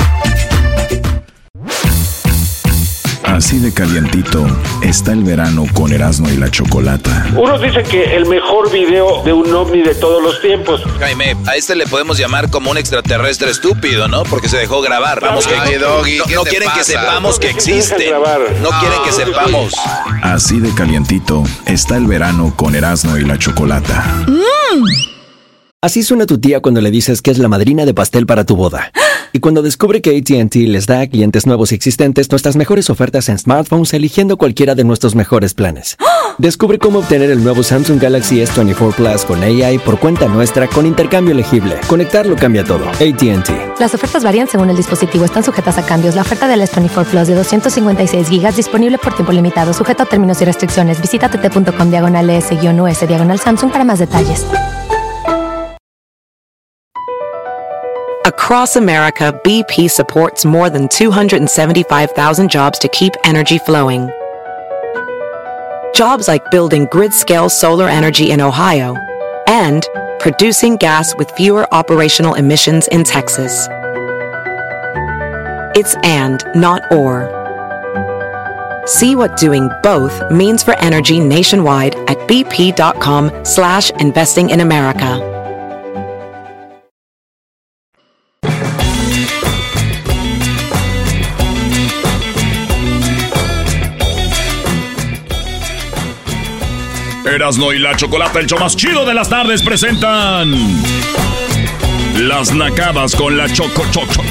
Así de calientito está el verano con Erasmo y la Chocolata. Unos dicen que el mejor video de un ovni de todos los tiempos. Jaime, a este le podemos llamar como un extraterrestre estúpido, ¿no? Porque se dejó grabar. Vamos, Ay, Doggy, no quieren que sepamos que existe. No quieren que sepamos. Así de calientito está el verano con Erasmo y la Chocolata. Así suena tu tía cuando le dices que es la madrina de pastel para tu boda. Y cuando descubre que AT&T les da a clientes nuevos y existentes nuestras mejores ofertas en smartphones eligiendo cualquiera de nuestros mejores planes. Descubre cómo obtener el nuevo Samsung Galaxy S24 Plus con AI por cuenta nuestra con intercambio elegible. Conectarlo cambia todo. AT&T. Las ofertas varían según el dispositivo. Están sujetas a cambios. La oferta del S24 Plus de 256 GB disponible por tiempo limitado. Sujeto a términos y restricciones. Visita tt.com/s-us/Samsung para más detalles. Across America, BP supports more than 275,000 jobs to keep energy flowing. Jobs like building grid-scale solar energy in Ohio and producing gas with fewer operational emissions in Texas. It's and, not or. See what doing both means for energy nationwide at bp.com/investing in America. Erasmo y la Chocolata, el show más chido de las tardes, presentan Las Nacadas con la Choco. Choco.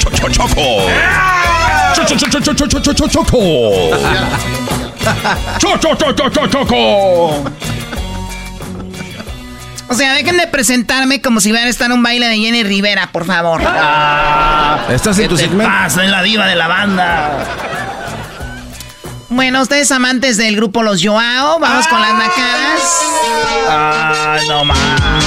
O sea, dejen de presentarme como si iban a estar en un baile de Jenny Rivera, por favor. ¿Estás en tu segmento? Pasa en la diva de la banda. Bueno, ustedes amantes del grupo Los Joao, vamos con las nacadas. Ay, no más.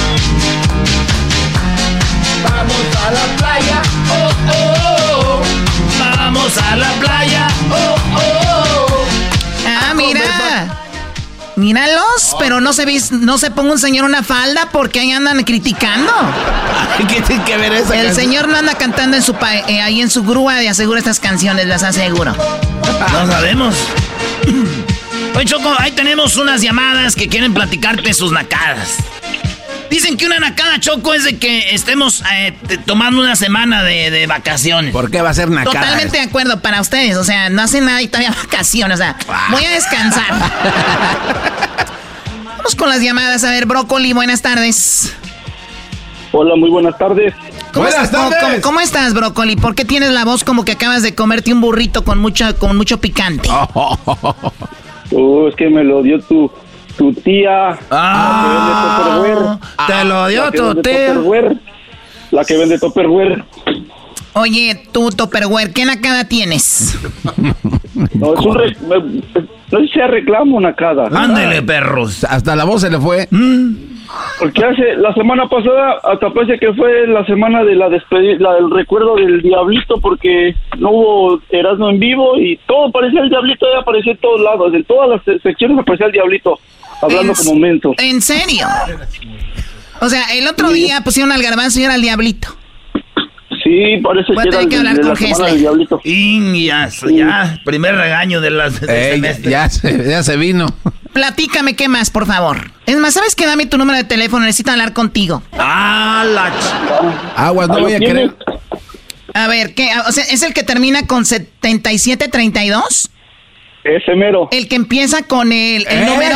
Vamos a la playa, oh, oh. Vamos a la playa, oh, oh. Ah, mira. Míralos, pero no se ponga un señor una falda porque ahí andan criticando. ¿Qué tiene que ver eso? El señor no anda cantando en ahí en su grúa de aseguro estas canciones, las aseguro. No sabemos. Oye, Choco, ahí tenemos unas llamadas que quieren platicarte sus nacadas. Dicen que una nacada, Choco, es de que estemos tomando una semana de vacaciones. ¿Por qué va a ser nacada? Totalmente de acuerdo para ustedes. O sea, no hacen nada y todavía vacaciones. O sea, voy a descansar. Vamos con las llamadas. A ver, Brócoli, buenas tardes. Hola, muy buenas tardes. ¿Cómo estás, Brócoli? ¿Por qué tienes la voz como que acabas de comerte un burrito con mucho picante? Es que me lo dio tu tía. Te lo dio tu tía. La que vende Tupperware. Oye, tú, Tupperware, ¿qué nacada tienes? No, no sé si sea reclamo, nacada. Ándele, perros. Hasta la voz se le fue. Porque la semana pasada, hasta parece que fue la semana de la despedida, del recuerdo del Diablito, porque no hubo Erasmo en vivo y todo parecía el Diablito, ya aparecía en todos lados, en todas las secciones aparecía el Diablito, hablando como mento. ¿En serio? O sea, el otro día pusieron al Garbanzo y era el Diablito. Sí, parece que era que hablar con el Diablito. Ya, primer regaño de las semestre. Ya se vino. Platícame, ¿qué más, por favor? Es más, ¿sabes qué? Dame tu número de teléfono, necesito hablar contigo. Aguas, no voy a querer. A ver, ¿qué? O sea, ¿es el que termina con 7732? Ese mero. El que empieza con el número...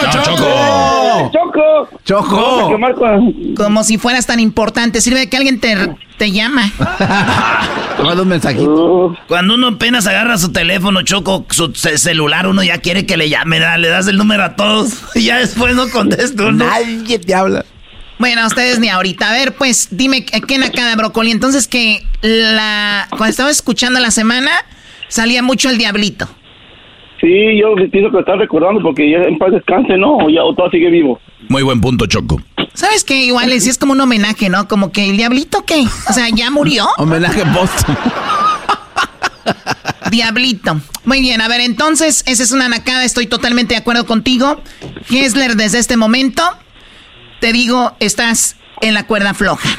¡Choco! Como si fueras tan importante. Sirve de que alguien te llama. Manda un mensajito. Cuando uno apenas agarra su teléfono, Choco, su celular, uno ya quiere que le llame, le das el número a todos y ya después no contesta uno. Nadie te habla. Bueno, ustedes ni ahorita. A ver, pues, dime, ¿qué nacada, Brócoli? Entonces que cuando estaba escuchando la semana, salía mucho el Diablito. Sí, yo pienso que lo estás recordando porque ya en paz descanse, ¿no? O todo sigue vivo. Muy buen punto, Choco. ¿Sabes qué? Igual sí es como un homenaje, ¿no? Como que el Diablito, ¿qué? O sea, ¿ya murió? Homenaje póstumo. Diablito. Muy bien, a ver, entonces, esa es una nacada, estoy totalmente de acuerdo contigo. Hessler, desde este momento, te digo, estás en la cuerda floja.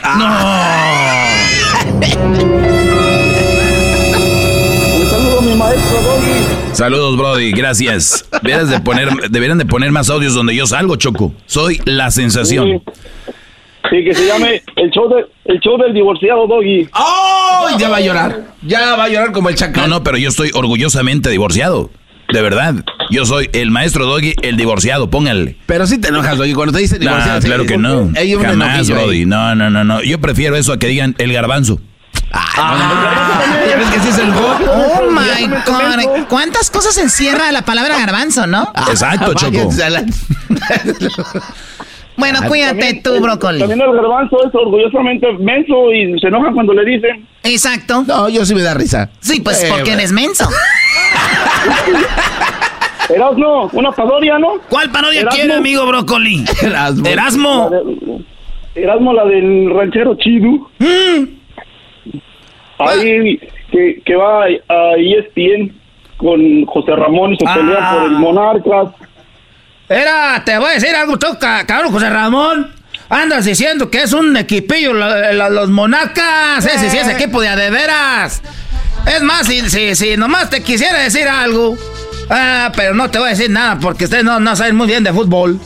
Un saludo a mi maestro Doggy. Saludos, Brody, gracias. Deberían de poner más audios donde yo salgo, Choco. Soy la sensación. Sí, que se llame el show del divorciado, Doggy. ¡Oh! Ya va a llorar. Ya va a llorar como el chacal. No, pero yo estoy orgullosamente divorciado. De verdad. Yo soy el maestro Doggy, el divorciado, pónganle. Pero sí te enojas, Doggy, cuando te dicen divorciado. Claro que no. Jamás, Brody. No. Yo prefiero eso a que digan el Garbanzo. ¿Ya ves que sí es el gol? Oh my God. ¿Cuántas cosas encierra la palabra garbanzo, no? Exacto, Choco. Bueno, cuídate tú, Brócoli. También el Garbanzo es orgullosamente menso y se enoja cuando le dicen. Exacto. No, yo sí me da risa. Sí, pues porque eres menso. Erasmo, una parodia, ¿no? ¿Cuál parodia quiere, amigo Brócoli? Erasmo. Erasmo, la del ranchero chido. Ahí que va a ESPN con José Ramón y se pelea por el Monarcas. Te voy a decir algo, tú, cabrón, José Ramón. Andas diciendo que es un equipillo los Monarcas. Ese sí es equipo de veras. Es más, si nomás te quisiera decir algo. Pero no te voy a decir nada porque ustedes no saben muy bien de fútbol.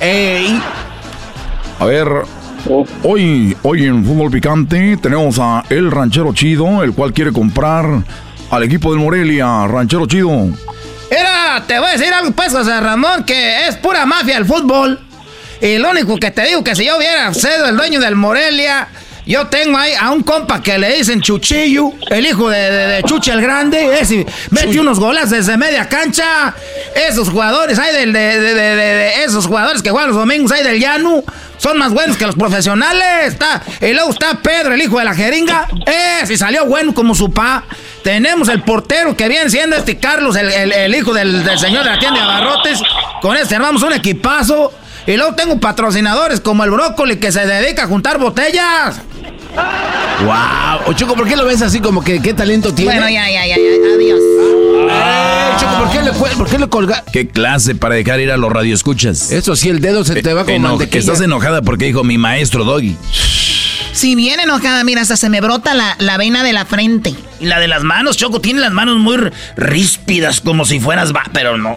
A ver, hoy en Fútbol Picante tenemos a El Ranchero Chido, el cual quiere comprar al equipo del Morelia. Ranchero Chido. Te voy a decir algo, pues, José Ramón, que es pura mafia el fútbol. Y lo único que te digo que si yo hubiera sido el dueño del Morelia, yo tengo ahí a un compa que le dicen Chuchillo, el hijo de Chuche el Grande, ese mete unos goles desde media cancha. Esos jugadores ahí esos jugadores que juegan los domingos ahí del llano son más buenos que los profesionales. Y luego está Pedro, el hijo de la jeringa, si salió bueno como su pa. Tenemos el portero que viene siendo Carlos, el hijo del señor de la tienda de abarrotes. Con este armamos un equipazo. Y luego tengo patrocinadores como el Brócoli que se dedica a juntar botellas. Wow. Choco, ¿por qué lo ves así como que qué talento tiene? Bueno, ya, adiós. Choco, ¿por qué le colga? ¿Qué clase para dejar ir a los radioescuchas? Eso sí, el dedo se te va como mantequilla. Estás enojada porque dijo mi maestro Doggy. Si bien enojada, mira, hasta se me brota la vena de la frente. Y la de las manos, Choco, tiene las manos muy ríspidas como si fueras pero no.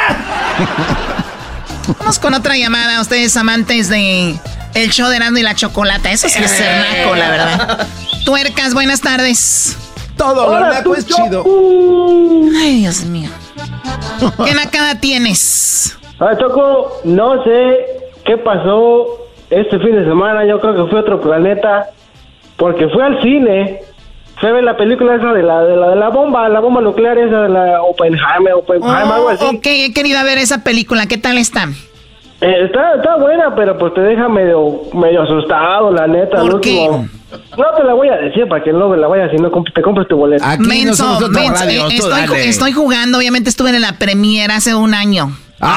Vamos con otra llamada, ustedes amantes de el show de Erasmo y la Chocolata. Eso sí es ser naco, la verdad. Tuercas, buenas tardes. Todo lo naco es chido. Ay, Dios mío. ¿Qué nacada tienes? Choco, no sé qué pasó este fin de semana. Yo creo que fue otro planeta. porque fui al cine, fui a ver la película esa de la bomba nuclear, esa de la Oppenheimer, algo así. Ok, he querido ver esa película, ¿qué tal está? Está buena, pero pues te deja medio asustado, la neta. ¿Por qué? No te la voy a decir para que no me la vayas si no te compres tu boleto. Menso, estoy jugando, obviamente estuve en la premiere hace un año.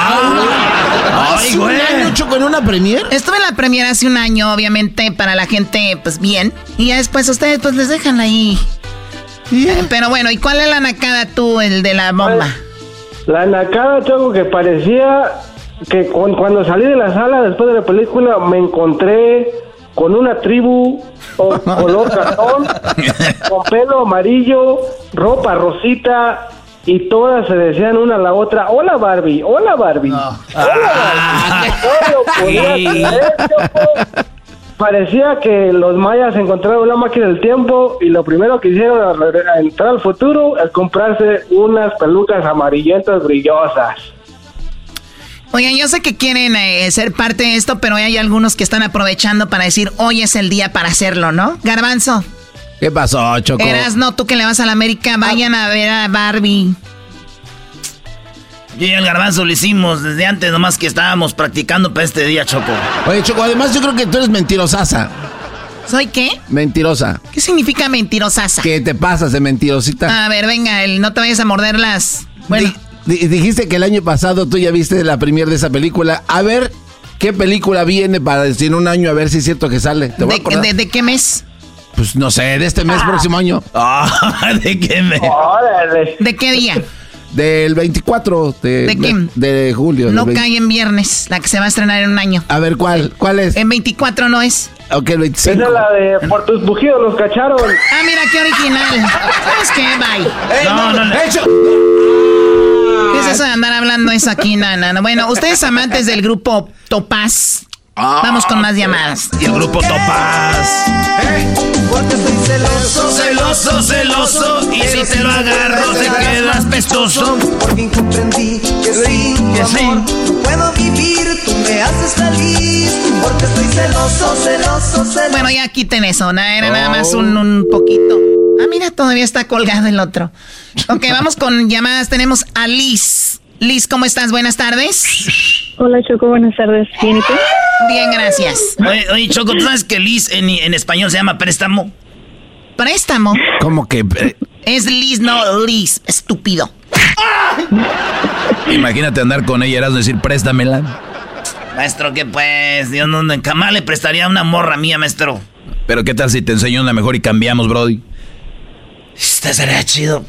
¿Hace un año, Choco, en una premiere? Estuve en la premiere hace un año, obviamente, para la gente, pues bien. Y ya después ustedes, pues les dejan ahí. Pero bueno, ¿y cuál es la nacada tú, el de la bomba? La nacada, Choco, que parecía que cuando salí de la sala después de la película me encontré con una tribu color cartón, con pelo amarillo, ropa rosita, y todas se decían una a la otra, hola Barbie, hola Barbie, hola Barbie. No lo podía creer, Choco. Parecía que los mayas encontraron la máquina del tiempo y lo primero que hicieron al entrar al futuro es comprarse unas pelucas amarillentas brillosas. Oigan, yo sé que quieren ser parte de esto, pero hay algunos que están aprovechando para decir, hoy es el día para hacerlo, ¿no? Garbanzo. ¿Qué pasó, Choco? Erasno, tú que le vas a la América, vayan a ver a Barbie. Yo y el Garbanzo lo hicimos desde antes, nomás que estábamos practicando para este día, Choco. Oye, Choco, además yo creo que tú eres mentirosaza. ¿Soy qué? Mentirosa. ¿Qué significa mentirosaza? Que te pasas de mentirosita. A ver, venga, no te vayas a morder las... Bueno... Dijiste que el año pasado tú ya viste la premier de esa película. A ver, ¿qué película viene para decir un año? A ver si es cierto que sale. ¿Te voy a acordar? ¿De qué mes? Pues no sé, de este mes, próximo año. ¿De qué mes? ¿De qué día? Del 24 ¿De qué? De julio. No cae en viernes, la que se va a estrenar en un año. A ver, ¿cuál es? En 24 no es. Ok, el 25. Esa es la de por tus bujidos nos cacharon. Ah, mira, qué original. ¿Sabes qué? Bye. ¿Qué es eso de andar hablando eso aquí, nana? Bueno, ustedes amantes del grupo Topaz. Vamos con más llamadas. Y el grupo Topaz. Porque estoy celoso. Y si te lo agarro, te quedas pestoso. Por fin comprendí que sin tu amor no puedo vivir. Tú me haces feliz. Porque estoy celoso. Bueno, ya quiten eso. Era nada más un poquito. Ah, mira, todavía está colgado el otro. Ok, vamos con llamadas. Tenemos a Liz. Liz, ¿cómo estás? Buenas tardes. Hola, Choco, buenas tardes. ¿Bien y tú? Bien, gracias. Oye, Choco, ¿tú sabes que Liz en español se llama préstamo? ¿Préstamo? ¿Cómo que? Es Liz, no Liz, estúpido. Imagínate andar con ella, Erasmo, decir, préstamela. Maestro, ¿qué pues? Dios, no, jamás le prestaría una morra mía, maestro. Pero ¿qué tal si te enseño una mejor y cambiamos, brody? Este sería chido.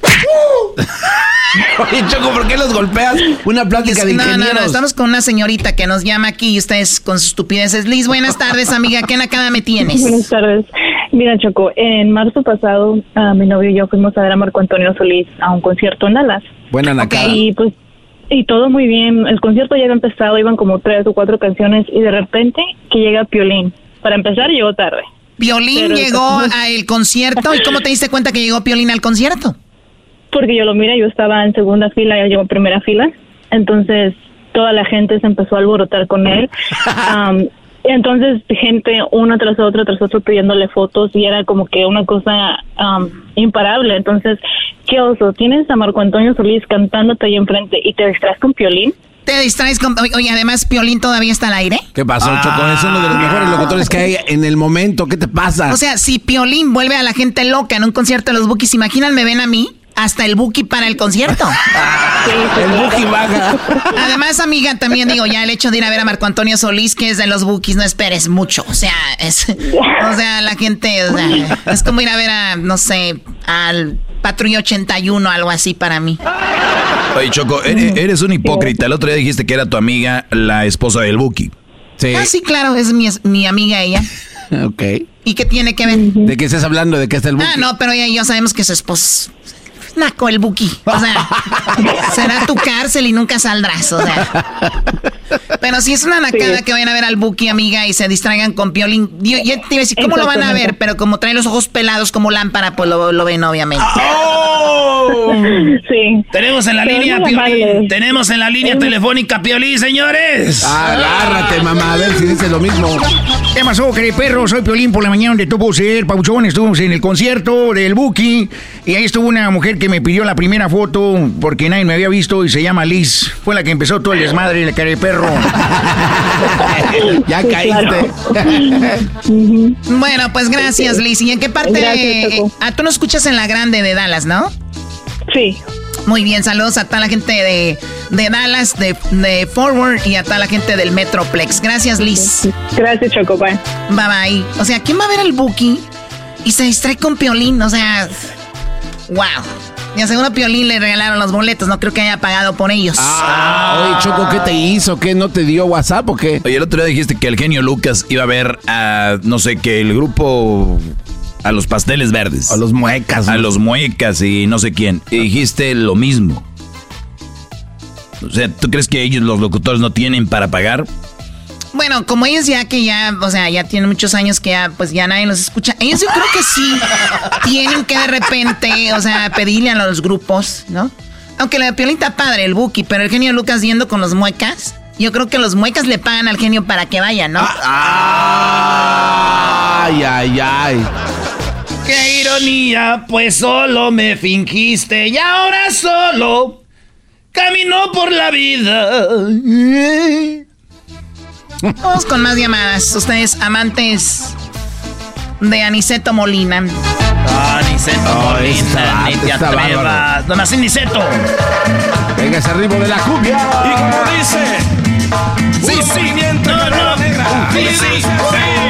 Oye, Choco, ¿por qué los golpeas? Una plática de ingenieros. No, estamos con una señorita que nos llama aquí y ustedes con sus estupideces. Liz, buenas tardes, amiga. ¿Qué nacada me tienes? Buenas tardes. Mira, Choco, en marzo pasado, mi novio y yo fuimos a ver a Marco Antonio Solís a un concierto en Dallas. Buena nacada. Y todo muy bien. El concierto ya había empezado, iban como 3 o 4 canciones y de repente que llega Piolín. Para empezar, llegó tarde. Piolín llegó al concierto. ¿Y cómo te diste cuenta que llegó Piolín al concierto? Porque yo lo miré, yo estaba en segunda fila, él llegó en primera fila. Entonces, toda la gente se empezó a alborotar con él. Entonces, gente una tras otra pidiéndole fotos y era como que una cosa imparable. Entonces, qué oso, tienes a Marco Antonio Solís cantándote ahí enfrente y te distraes con Piolín. ¿Te distraes con...? Oye, además, ¿Piolín todavía está al aire? ¿Qué pasó, Choco? Es uno de los mejores locutores que hay en el momento. ¿Qué te pasa? O sea, si Piolín vuelve a la gente loca en un concierto de los Bukis, ¿imaginan me ven a mí? Hasta el Buki para el concierto. El Buki baja. Además, amiga, también digo, ya el hecho de ir a ver a Marco Antonio Solís, que es de los Bukis, no esperes mucho. O sea, la gente... O sea, es como ir a ver a, no sé, al Patrulla 81, algo así para mí. Oye, Choco, eres un hipócrita. El otro día dijiste que era tu amiga, la esposa del Buki. Sí. Ah, sí, claro, es mi amiga ella. Ok. ¿Y qué tiene que ver? ¿De qué estás hablando? ¿De qué está el Buki? Ah, no, pero ella y yo sabemos que su esposo... Naco el Buki. O sea, será tu cárcel y nunca saldrás. O sea. Pero si es una nacada que vayan a ver al Buki, amiga, y se distraigan con Piolín. Yo te iba a decir, ¿cómo lo van a ver? Pero como traen los ojos pelados como lámpara, pues lo ven, obviamente. ¡Oh! Sí. Tenemos en la línea Piolín. Tenemos en la línea telefónica Piolín, señores. Agárrate, mamá, a ver si dice lo mismo. ¿Qué pasó, querido perro? Soy Piolín por la mañana donde tuvo ser Pabuchón. Estuvimos en el concierto del Buki y ahí estuvo una mujer que me pidió la primera foto porque nadie me había visto y se llama Liz. Fue la que empezó todo el desmadre, la cara de perro. Ya caíste. Bueno, pues gracias, Liz. ¿Y en qué parte? Tú nos escuchas en la grande de Dallas, ¿no? Sí. Muy bien, saludos a toda la gente de Dallas, de Forward y a toda la gente del Metroplex. Gracias, Liz. Gracias, Choco. Bye. Bye, bye. O sea, ¿quién va a ver el Buki y se distrae con Piolín? O sea, wow. Y a seguro a Piolín le regalaron los boletos. No creo que haya pagado por ellos. Oye, Choco, ¿qué te hizo? ¿Qué, no te dio WhatsApp o qué? Oye, el otro día dijiste que el genio Lucas iba a ver a, no sé, que el grupo... A los Pasteles Verdes. A los Muecas. A los Muecas y no sé quién. Y dijiste lo mismo. O sea, ¿tú crees que ellos, los locutores, no tienen para pagar? Bueno, como ellos ya tienen muchos años que ya, pues ya nadie los escucha. Ellos yo creo que sí tienen que de repente, o sea, pedirle a los grupos, ¿no? Aunque la de Piolín está padre, el Buki, pero el genio Lucas yendo con los Muecas, yo creo que los Muecas le pagan al genio para que vaya, ¿no? Ay, ay, ay. ¡Qué ironía! Pues solo me fingiste y ahora solo camino por la vida. Vamos con más llamadas. Ustedes amantes de Aniceto Molina. Aniceto Molina, ni te atrevas. Don Aniceto. Venga, ese ritmo de la cumbia. Y como dice... Sí, sí, no. Sí, sí, sí.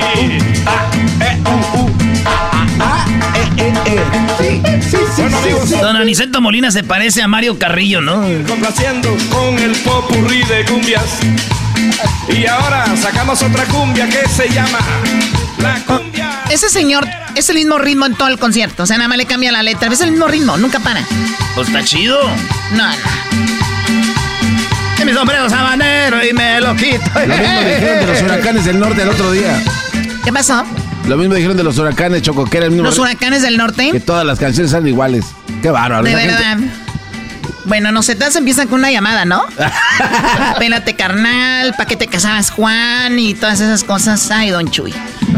Don Aniceto Molina se parece a Mario Carrillo, ¿no? Complaciendo con el popurrí de cumbias. Y ahora sacamos otra cumbia que se llama la cumbia. Ese señor es el mismo ritmo en todo el concierto. O sea, nada más le cambia la letra. Es el mismo ritmo, nunca para. Pues está chido. No. De mi sombrero sabanero y me lo quito. Lo mismo dijeron de los Huracanes del Norte el otro día. ¿Qué pasó? Lo mismo dijeron de los Huracanes, Choco, que era el mismo. ¿Los Huracanes del Norte? Que todas las canciones salen iguales. Qué bárbaro. De verdad. Bueno, no sé, todas empiezan con una llamada, ¿no? Pélate, carnal, ¿pa' qué te casabas, Juan? Y todas esas cosas. Ay, don Chuy.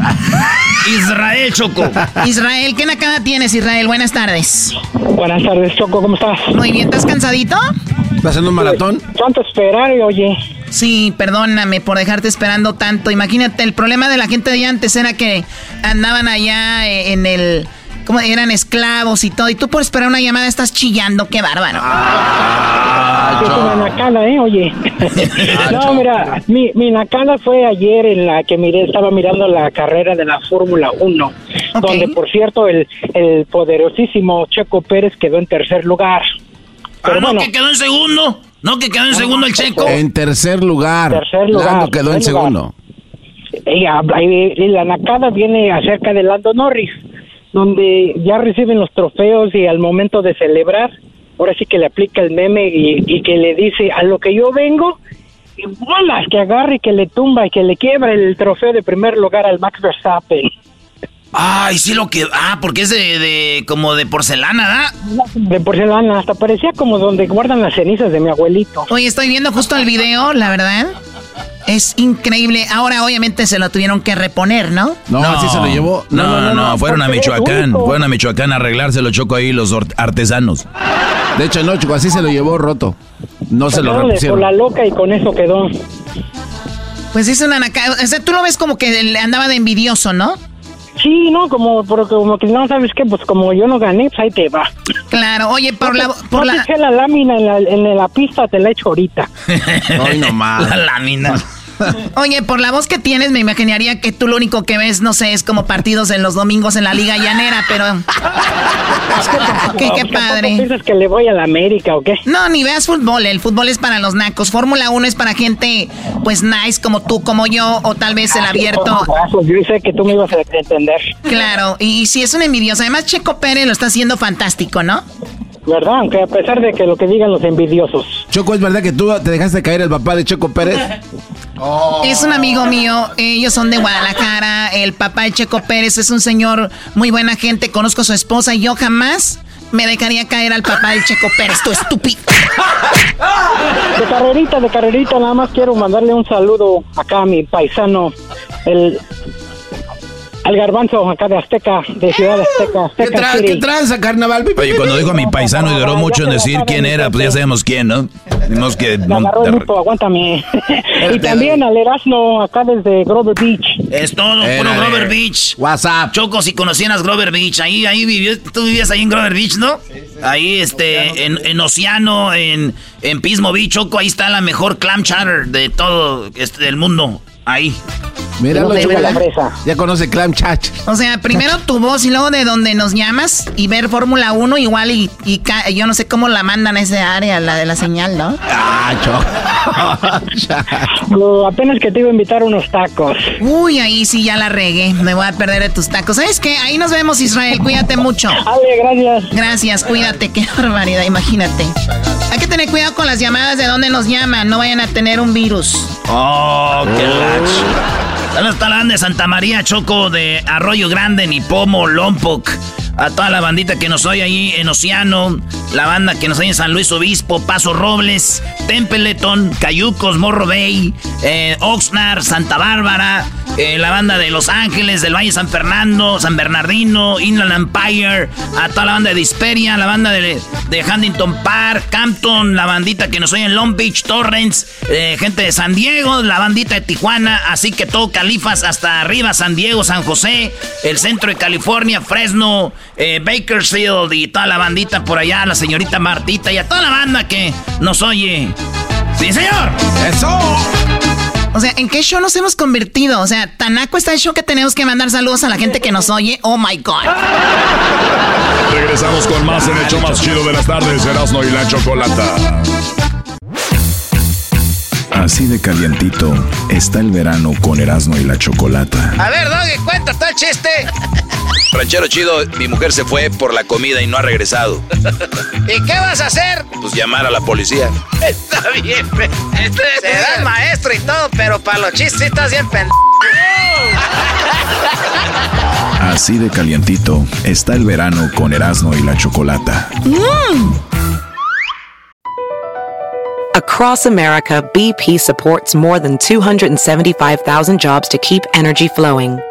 Israel, Choco. Israel, ¿qué nacada tienes, Israel? Buenas tardes. Buenas tardes, Choco, ¿cómo estás? Muy bien, ¿estás cansadito? ¿Estás haciendo un maratón? ¿Cuánto esperar, oye? Sí, perdóname por dejarte esperando tanto. Imagínate, el problema de la gente de antes era que andaban allá en el... ¿Cómo? Eran esclavos y todo. Y tú por esperar una llamada estás chillando. ¡Qué bárbaro! Es una nacada, oye. No, mira, mi nacada fue ayer en la que estaba mirando la carrera de la Fórmula 1. Okay. Donde, por cierto, el poderosísimo Checo Pérez quedó en tercer lugar. Pero bueno, que quedó en segundo. No, que quedó en segundo el Checo. En tercer lugar. Lando quedó en segundo. Y la nacada viene acerca de Lando Norris, donde ya reciben los trofeos y al momento de celebrar, ahora sí que le aplica el meme y que le dice, a lo que yo vengo, y bolas, que agarre y que le tumba y que le quiebra el trofeo de primer lugar al Max Verstappen. Ay, sí lo que... porque es de como de porcelana, ¿da? De porcelana, hasta parecía como donde guardan las cenizas de mi abuelito. Oye, estoy viendo justo el video, la verdad. Es increíble. Ahora, obviamente, se lo tuvieron que reponer, ¿no? No, así se lo llevó. No, fueron a Michoacán. Fueron a Michoacán a arreglárselo, Choco, ahí los artesanos. De hecho, no, Choco, así se lo llevó roto. No se lo repusieron. Por la loca y con eso quedó. Pues es una nacada. O sea, tú lo ves como que le andaba de envidioso, ¿no? Sí, no, como que no sabes qué, pues como yo no gané, pues ahí te va. Claro, oye, por la eché la lámina en la pista, te la echo ahorita. Ay, no más. La lámina. Oye, por la voz que tienes, me imaginaría que tú lo único que ves, no sé, es como partidos en los domingos en la Liga Llanera, pero... qué padre. ¿Piensas que le voy a la América o qué? No, ni veas fútbol, el fútbol es para los nacos. Fórmula 1 es para gente, pues, nice, como tú, como yo, o tal vez el abierto. Yo sé que tú me ibas a entender. Claro, y si es un envidioso. Además, Checo Pérez lo está haciendo fantástico, ¿no? ¿Verdad? Aunque a pesar de que lo que digan los envidiosos. Choco, ¿es verdad que tú te dejaste caer el papá de Checo Pérez? Es un amigo mío, ellos son de Guadalajara, el papá de Checo Pérez es un señor muy buena gente, conozco a su esposa y yo jamás Me dejaría caer al papá del Checo Pérez, tú estúpido. De carrerita, nada más quiero mandarle un saludo acá a mi paisano, al Garbanzo, acá de Azteca, de Ciudad Azteca. ¿Qué tranza, carnaval? Oye, cuando dijo a mi paisano y duró mucho en decir quién era, pues ya sabemos quién, ¿no? Tenemos que... Aguántame. Y también al Erasmo, acá desde Grover Beach. Es todo, puro Grover Beach. WhatsApp. Choco, si conocieras Grover Beach, ahí vivió, tú vivías ahí en Grover Beach, ¿no? Ahí, en Océano, en Pismo Beach, Choco, ahí está la mejor clam chowder de todo del mundo. Ahí. Míralo, ya conoce Clam Chat. O sea, primero tu voz y luego de donde nos llamas y ver Fórmula 1 igual y yo no sé cómo la mandan a ese área, la de la señal, ¿no? Apenas que te iba a invitar unos tacos. Uy, ahí sí ya la regué. Me voy a perder de tus tacos. ¿Sabes qué? Ahí nos vemos, Israel. Cuídate mucho. Ale, gracias. Gracias, cuídate. Qué barbaridad, imagínate. Hay que tener cuidado con las llamadas de donde nos llaman. No vayan a tener un virus. Oh, qué lacho. ¿Dónde está la banda de Santa María, Choco, de Arroyo Grande, Nipomo, Lompoc? A toda la bandita que nos oye ahí en Océano, la banda que nos oye en San Luis Obispo, Paso Robles, Templeton, Cayucos, Morro Bay, Oxnard, Santa Bárbara, la banda de Los Ángeles, del Valle San Fernando, San Bernardino, Inland Empire, a toda la banda de Disperia, la banda de Huntington Park, Campton, la bandita que nos oye en Long Beach, Torrance, gente de San Diego, la bandita de Tijuana, así que todo Califas hasta arriba, San Diego, San José, el centro de California, Fresno, Bakersfield y toda la bandita por allá, la señorita Martita y a toda la banda que nos oye. ¡Sí, señor! ¡Eso! O sea, ¿en qué show nos hemos convertido? O sea, tanaco está el show que tenemos que mandar saludos a la gente que nos oye. ¡Oh, my God! Regresamos con más en el show más chido de las tardes, Erasmo y la Chocolata. Así de calientito está el verano con Erasmo y la Chocolata. A ver, Doggy, cuenta todo el chiste. Ranchero chido, mi mujer se fue por la comida y no ha regresado. ¿Y qué vas a hacer? Pues llamar a la policía. Está bien, serás maestro y todo, pero para los chistes estás bien pendejo. Así de calientito está el verano con Erasmo y la Chocolata. Across America, BP supports more than 275,000 jobs to keep energy flowing.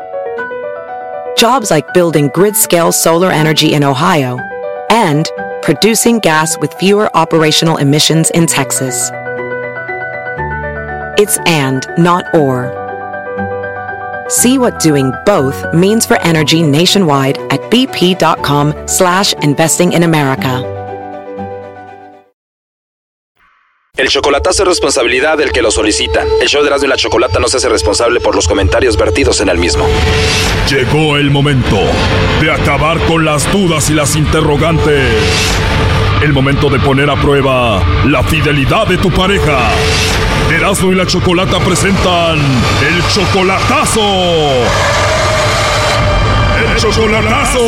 Jobs like building grid-scale solar energy in Ohio and producing gas with fewer operational emissions in Texas. It's and, not or. See what doing both means for energy nationwide at bp.com/investing in America. El chocolatazo es responsabilidad del que lo solicita. El show de Erasmo y la Chocolata no se hace responsable por los comentarios vertidos en el mismo. Llegó el momento de acabar con las dudas y las interrogantes. El momento de poner a prueba la fidelidad de tu pareja. Erasmo y la Chocolata presentan el chocolatazo. ¡El chocolatazo!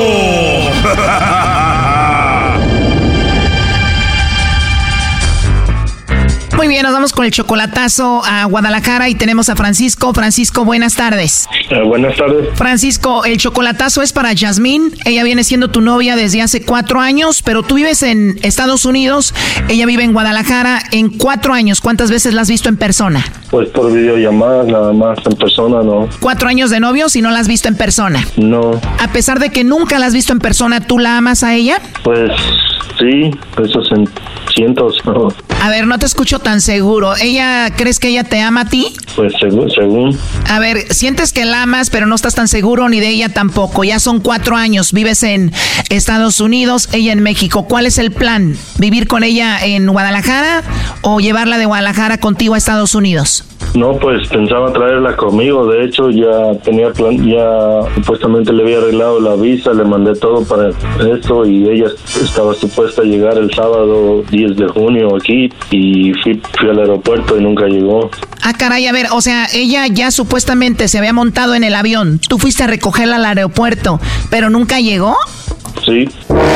Muy bien, nos vamos con el chocolatazo a Guadalajara y tenemos a Francisco. Francisco, buenas tardes. Buenas tardes. Francisco, el chocolatazo es para Yasmín. Ella viene siendo tu novia desde hace 4 años, pero tú vives en Estados Unidos. Ella vive en Guadalajara. En 4 años, ¿cuántas veces la has visto en persona? Pues por videollamadas, nada más, en persona no. 4 años de novios y no la has visto en persona. No. A pesar de que nunca la has visto en persona, ¿tú la amas a ella? Pues sí, esos cientos, ¿no? A ver, no te escucho tan seguro. ¿Crees que ella te ama a ti? Pues según. A ver, sientes que la amas, pero no estás tan seguro ni de ella tampoco. Ya son 4 años, vives en Estados Unidos, ella en México. ¿Cuál es el plan? ¿Vivir con ella en Guadalajara o llevarla de Guadalajara contigo a Estados Unidos? No, pues pensaba traerla conmigo. De hecho, ya tenía plan, ya supuestamente le había arreglado la visa, le mandé todo para esto y ella estaba supuesta a llegar el sábado 10 de junio aquí y fui al aeropuerto y nunca llegó. Ah, caray, a ver, o sea, ella ya supuestamente se había montado en el avión. Tú fuiste a recogerla al aeropuerto, pero nunca llegó. Sí.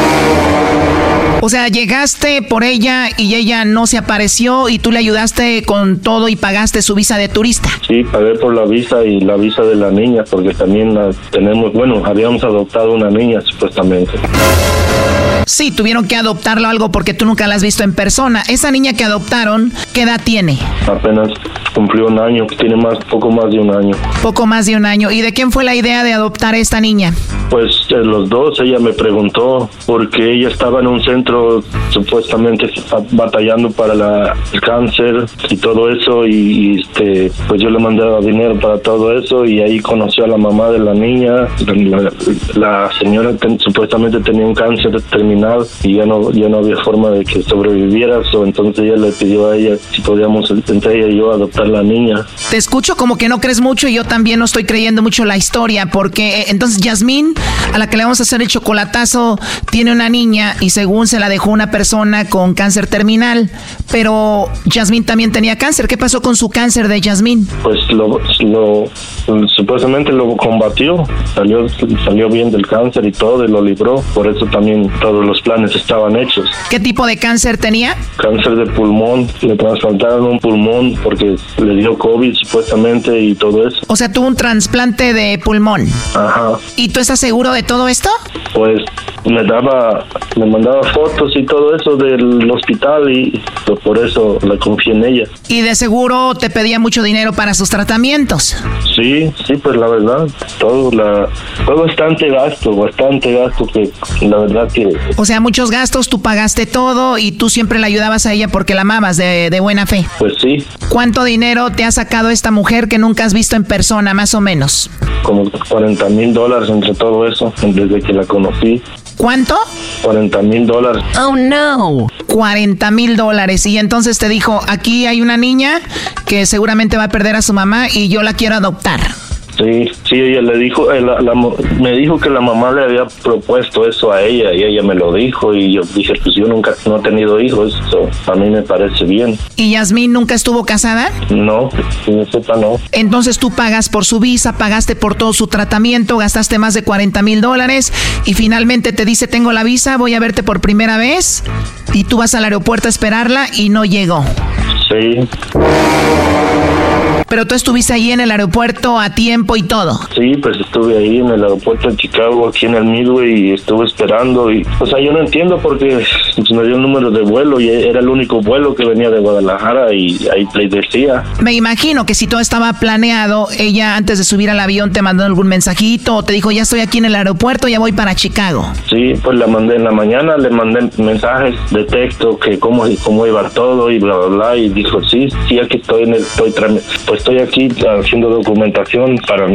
O sea, llegaste por ella y ella no se apareció y tú le ayudaste con todo y pagaste su visa de turista. Sí, pagué por la visa y la visa de la niña porque también la tenemos, bueno, habíamos adoptado una niña supuestamente. Sí, tuvieron que adoptarlo algo porque tú nunca la has visto en persona. Esa niña que adoptaron, ¿qué edad tiene? Apenas cumplió un año, tiene poco más de un año. Poco más de un año. ¿Y de quién fue la idea de adoptar a esta niña? Pues los dos, ella me preguntó porque ella estaba en un centro supuestamente batallando para el cáncer y todo eso y pues yo le mandaba dinero para todo eso y ahí conoció a la mamá de la niña. La señora supuestamente tenía un cáncer terminal y ya no había forma de que sobreviviera, entonces ella le pidió a ella si podíamos entre ella y yo adoptar la niña. Te escucho como que no crees mucho y yo también no estoy creyendo mucho la historia porque entonces Yasmín, a la que le vamos a hacer el chocolatazo, tiene una niña y según se la dejó una persona con cáncer terminal, pero Yasmín también tenía cáncer. ¿Qué pasó con su cáncer de Yasmín? Pues supuestamente lo combatió, salió bien del cáncer y todo y lo libró, por eso también todos los planes estaban hechos. ¿Qué tipo de cáncer tenía? Cáncer de pulmón, le trasplantaron un pulmón porque le dio COVID supuestamente y todo eso. O sea, tuvo un trasplante de pulmón. Ajá. ¿Y tú estás seguro de todo esto? Pues me mandaba fotos y todo eso del hospital y por eso le confié en ella. ¿Y de seguro te pedía mucho dinero para sus tratamientos? Sí, pues la verdad, fue bastante gasto que la verdad que... O sea, muchos gastos, tú pagaste todo y tú siempre le ayudabas a ella porque la amabas de buena fe. Pues sí. ¿Cuánto dinero te ha sacado esta mujer que nunca has visto en persona, más o menos? Como $40,000 entre todo eso, desde que la conocí. ¿Cuánto? $40,000. Oh, no. $40,000. Y entonces te dijo, aquí hay una niña que seguramente va a perder a su mamá y yo la quiero adoptar. Sí, ella le dijo, me dijo que la mamá le había propuesto eso a ella y ella me lo dijo y yo dije, pues yo nunca he tenido hijos, eso a mí me parece bien. ¿Y Yasmín nunca estuvo casada? No, si me sepa no. Entonces tú pagas por su visa, pagaste por todo su tratamiento, gastaste más de $40,000 y finalmente te dice, tengo la visa, voy a verte por primera vez y tú vas al aeropuerto a esperarla y no llegó. Sí. Pero tú estuviste ahí en el aeropuerto a tiempo y todo. Sí, pues estuve ahí en el aeropuerto de Chicago, aquí en el Midway, y estuve esperando. Y, o sea, yo no entiendo porque me dio el número de vuelo y era el único vuelo que venía de Guadalajara y ahí le decía. Me imagino que si todo estaba planeado, ella antes de subir al avión te mandó algún mensajito o te dijo, ya estoy aquí en el aeropuerto, ya voy para Chicago. Sí, pues la mandé en la mañana, le mandé mensajes de texto que cómo iba todo y bla, bla, bla. Y dijo, sí, aquí estoy aquí haciendo documentación para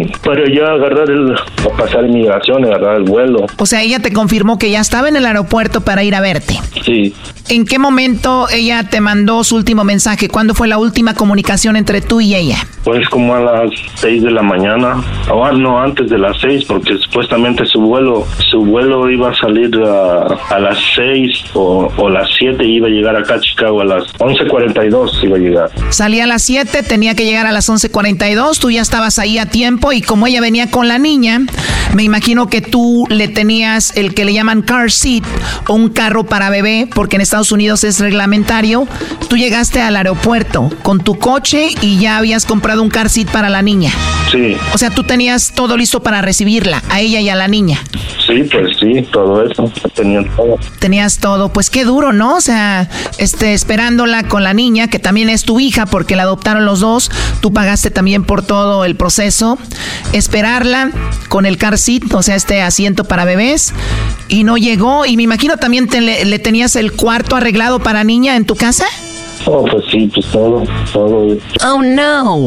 ya pasar inmigración, agarrar el vuelo. O sea, ella te confirmó que ya estaba en el aeropuerto para ir a verte. Sí. ¿En qué momento ella te mandó su último mensaje? ¿Cuándo fue la última comunicación entre tú y ella? Pues como a las 6 de la mañana, o no, antes de las 6, porque supuestamente su vuelo iba a salir a las 6 o las 7 y iba a llegar acá a Chicago a las 11:42 iba a llegar. Salía a las 7, tenía que llegar a las 11:42, tú ya estabas ahí a tiempo y como ella venía con la niña, me imagino que tú le tenías el que le llaman car seat o un carro para bebé, porque en Estados Unidos es reglamentario. Tú llegaste al aeropuerto con tu coche y ya habías comprado un car seat para la niña. Sí. O sea, tú tenías todo listo para recibirla, a ella y a la niña. Sí, pues sí, todo eso, tenía todo. Tenías todo, pues qué duro, ¿no? O sea, esperándola con la niña, que también es tu hija porque la adoptaron los dos, tú pagaste también por todo el proceso, esperarla con el car seat, o sea, asiento para bebés, y no llegó, y me imagino también le tenías el cuarto arreglado para niña en tu casa. Oh, pues sí, pues todo. Oh, no.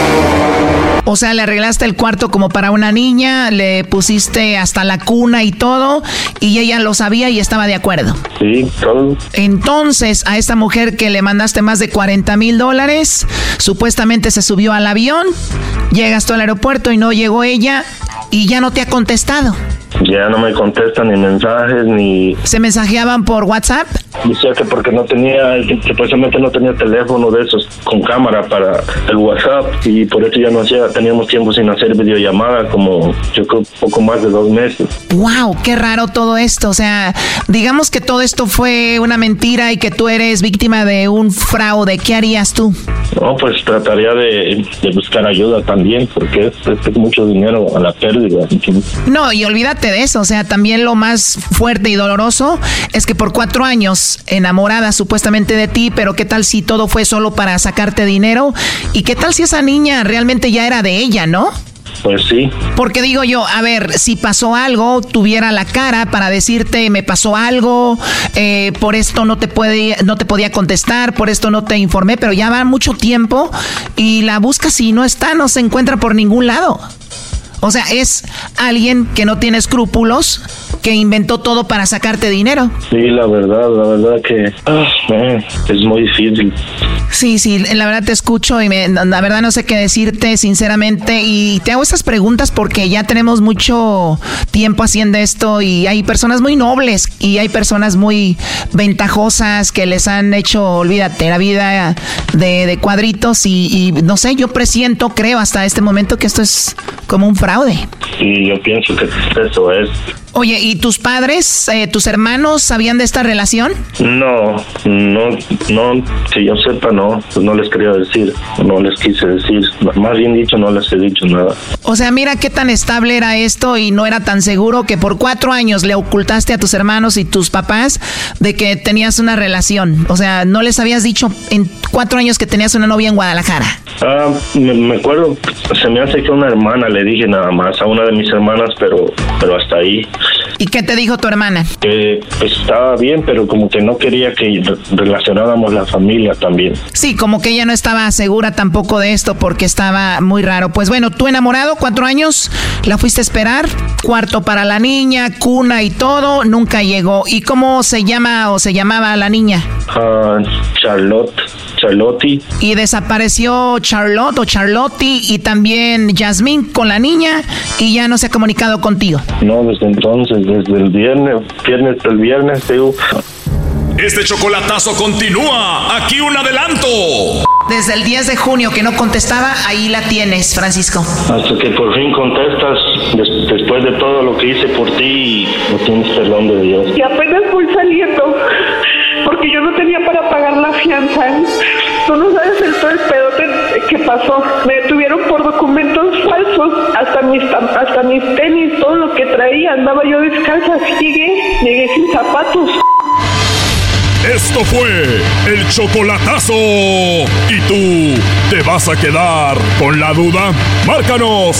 O sea, le arreglaste el cuarto como para una niña, le pusiste hasta la cuna y todo, y ella lo sabía y estaba de acuerdo. Sí, todo. Entonces, a esta mujer que le mandaste más de $40,000, supuestamente se subió al avión, llegas tú al aeropuerto y no llegó ella, y ya no te ha contestado. Ya no me contestan ni mensajes ni... ¿Se mensajeaban por WhatsApp? Decía que porque supuestamente no tenía teléfono de esos con cámara para el WhatsApp y por eso ya no teníamos tiempo sin hacer videollamada, como yo creo poco más de 2 meses. ¡Wow! ¡Qué raro todo esto! O sea, digamos que todo esto fue una mentira y que tú eres víctima de un fraude. ¿Qué harías tú? No, pues trataría de buscar ayuda también, porque es mucho dinero a la pérdida. No, y olvídate aparte de eso, o sea, también lo más fuerte y doloroso es que por 4 años enamorada supuestamente de ti, pero ¿qué tal si todo fue solo para sacarte dinero? ¿Y qué tal si esa niña realmente ya era de ella, no? Pues sí. Porque digo yo, a ver, si pasó algo, tuviera la cara para decirte, me pasó algo, por esto no te podía contestar, por esto no te informé, pero ya va mucho tiempo y la buscas y no está, no se encuentra por ningún lado. O sea, es alguien que no tiene escrúpulos, que inventó todo para sacarte dinero. Sí, la verdad que es muy difícil. Sí, la verdad te escucho y la verdad no sé qué decirte sinceramente, y te hago estas preguntas porque ya tenemos mucho tiempo haciendo esto y hay personas muy nobles y hay personas muy ventajosas que les han hecho, olvídate, la vida de cuadritos y no sé, yo creo hasta este momento que esto es como un fraude. Sí, yo pienso que eso es. Oye, ¿y tus padres, tus hermanos sabían de esta relación? No, que yo sepa no, pues no les quería decir, no les quise decir, más bien dicho no les he dicho nada. O sea, mira qué tan estable era esto y no era tan seguro que por 4 años le ocultaste a tus hermanos y tus papás de que tenías una relación. O sea, no les habías dicho en 4 años que tenías una novia en Guadalajara. Me acuerdo, se me hace que a una hermana le dije nada más, a una de mis hermanas, pero hasta ahí. ¿Y qué te dijo tu hermana? Que estaba bien, pero como que no quería que relacionáramos la familia también. Sí, como que ella no estaba segura tampoco de esto porque estaba muy raro. Pues bueno, tú enamorado, 4 años, la fuiste a esperar, cuarto para la niña, cuna y todo, nunca llegó. ¿Y cómo se llama o se llamaba la niña? Charlotte. Y desapareció Charlotte o Charlotti y también Yasmín con la niña y ya no se ha comunicado contigo. No, desde entonces, desde el viernes, Este chocolatazo continúa. Aquí un adelanto. Desde el 10 de junio que no contestaba, ahí la tienes, Francisco. Hasta que por fin contestas, después de todo lo que hice por ti, y no tienes perdón de Dios. Y apenas voy saliendo, porque yo no tenía para pagar la fianza. Tú no sabes todo el pedote que pasó. Me detuvieron por documentos falsos, hasta mis tenis, todo lo que traía, andaba yo descalza. Llegué sin zapatos. Esto fue el chocolatazo. ¿Y tú te vas a quedar con la duda? Márcanos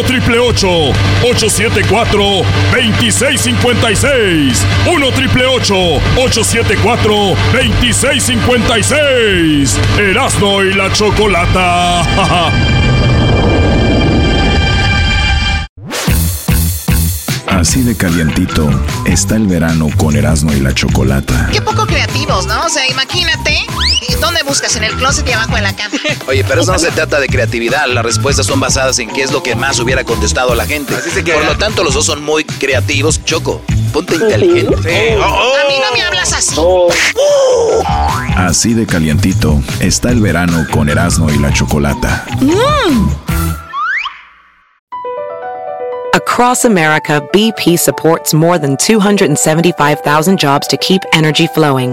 1-888-874-2656. 1-888-874-2656. Erasmo y la Chocolata. Así de calientito está el verano con Erasmo y la Chocolata. Qué poco creativos, ¿no? O sea, imagínate, ¿dónde buscas? ¿En el closet y abajo de la cama? Oye, pero eso no se trata de creatividad. Las respuestas son basadas en qué es lo que más hubiera contestado la gente. Por lo tanto, los dos son muy creativos. Choco, ponte inteligente. Sí. A mí no me hablas así. Así de calientito está el verano con Erasmo y la Chocolata. Across America, BP supports more than 275,000 jobs to keep energy flowing.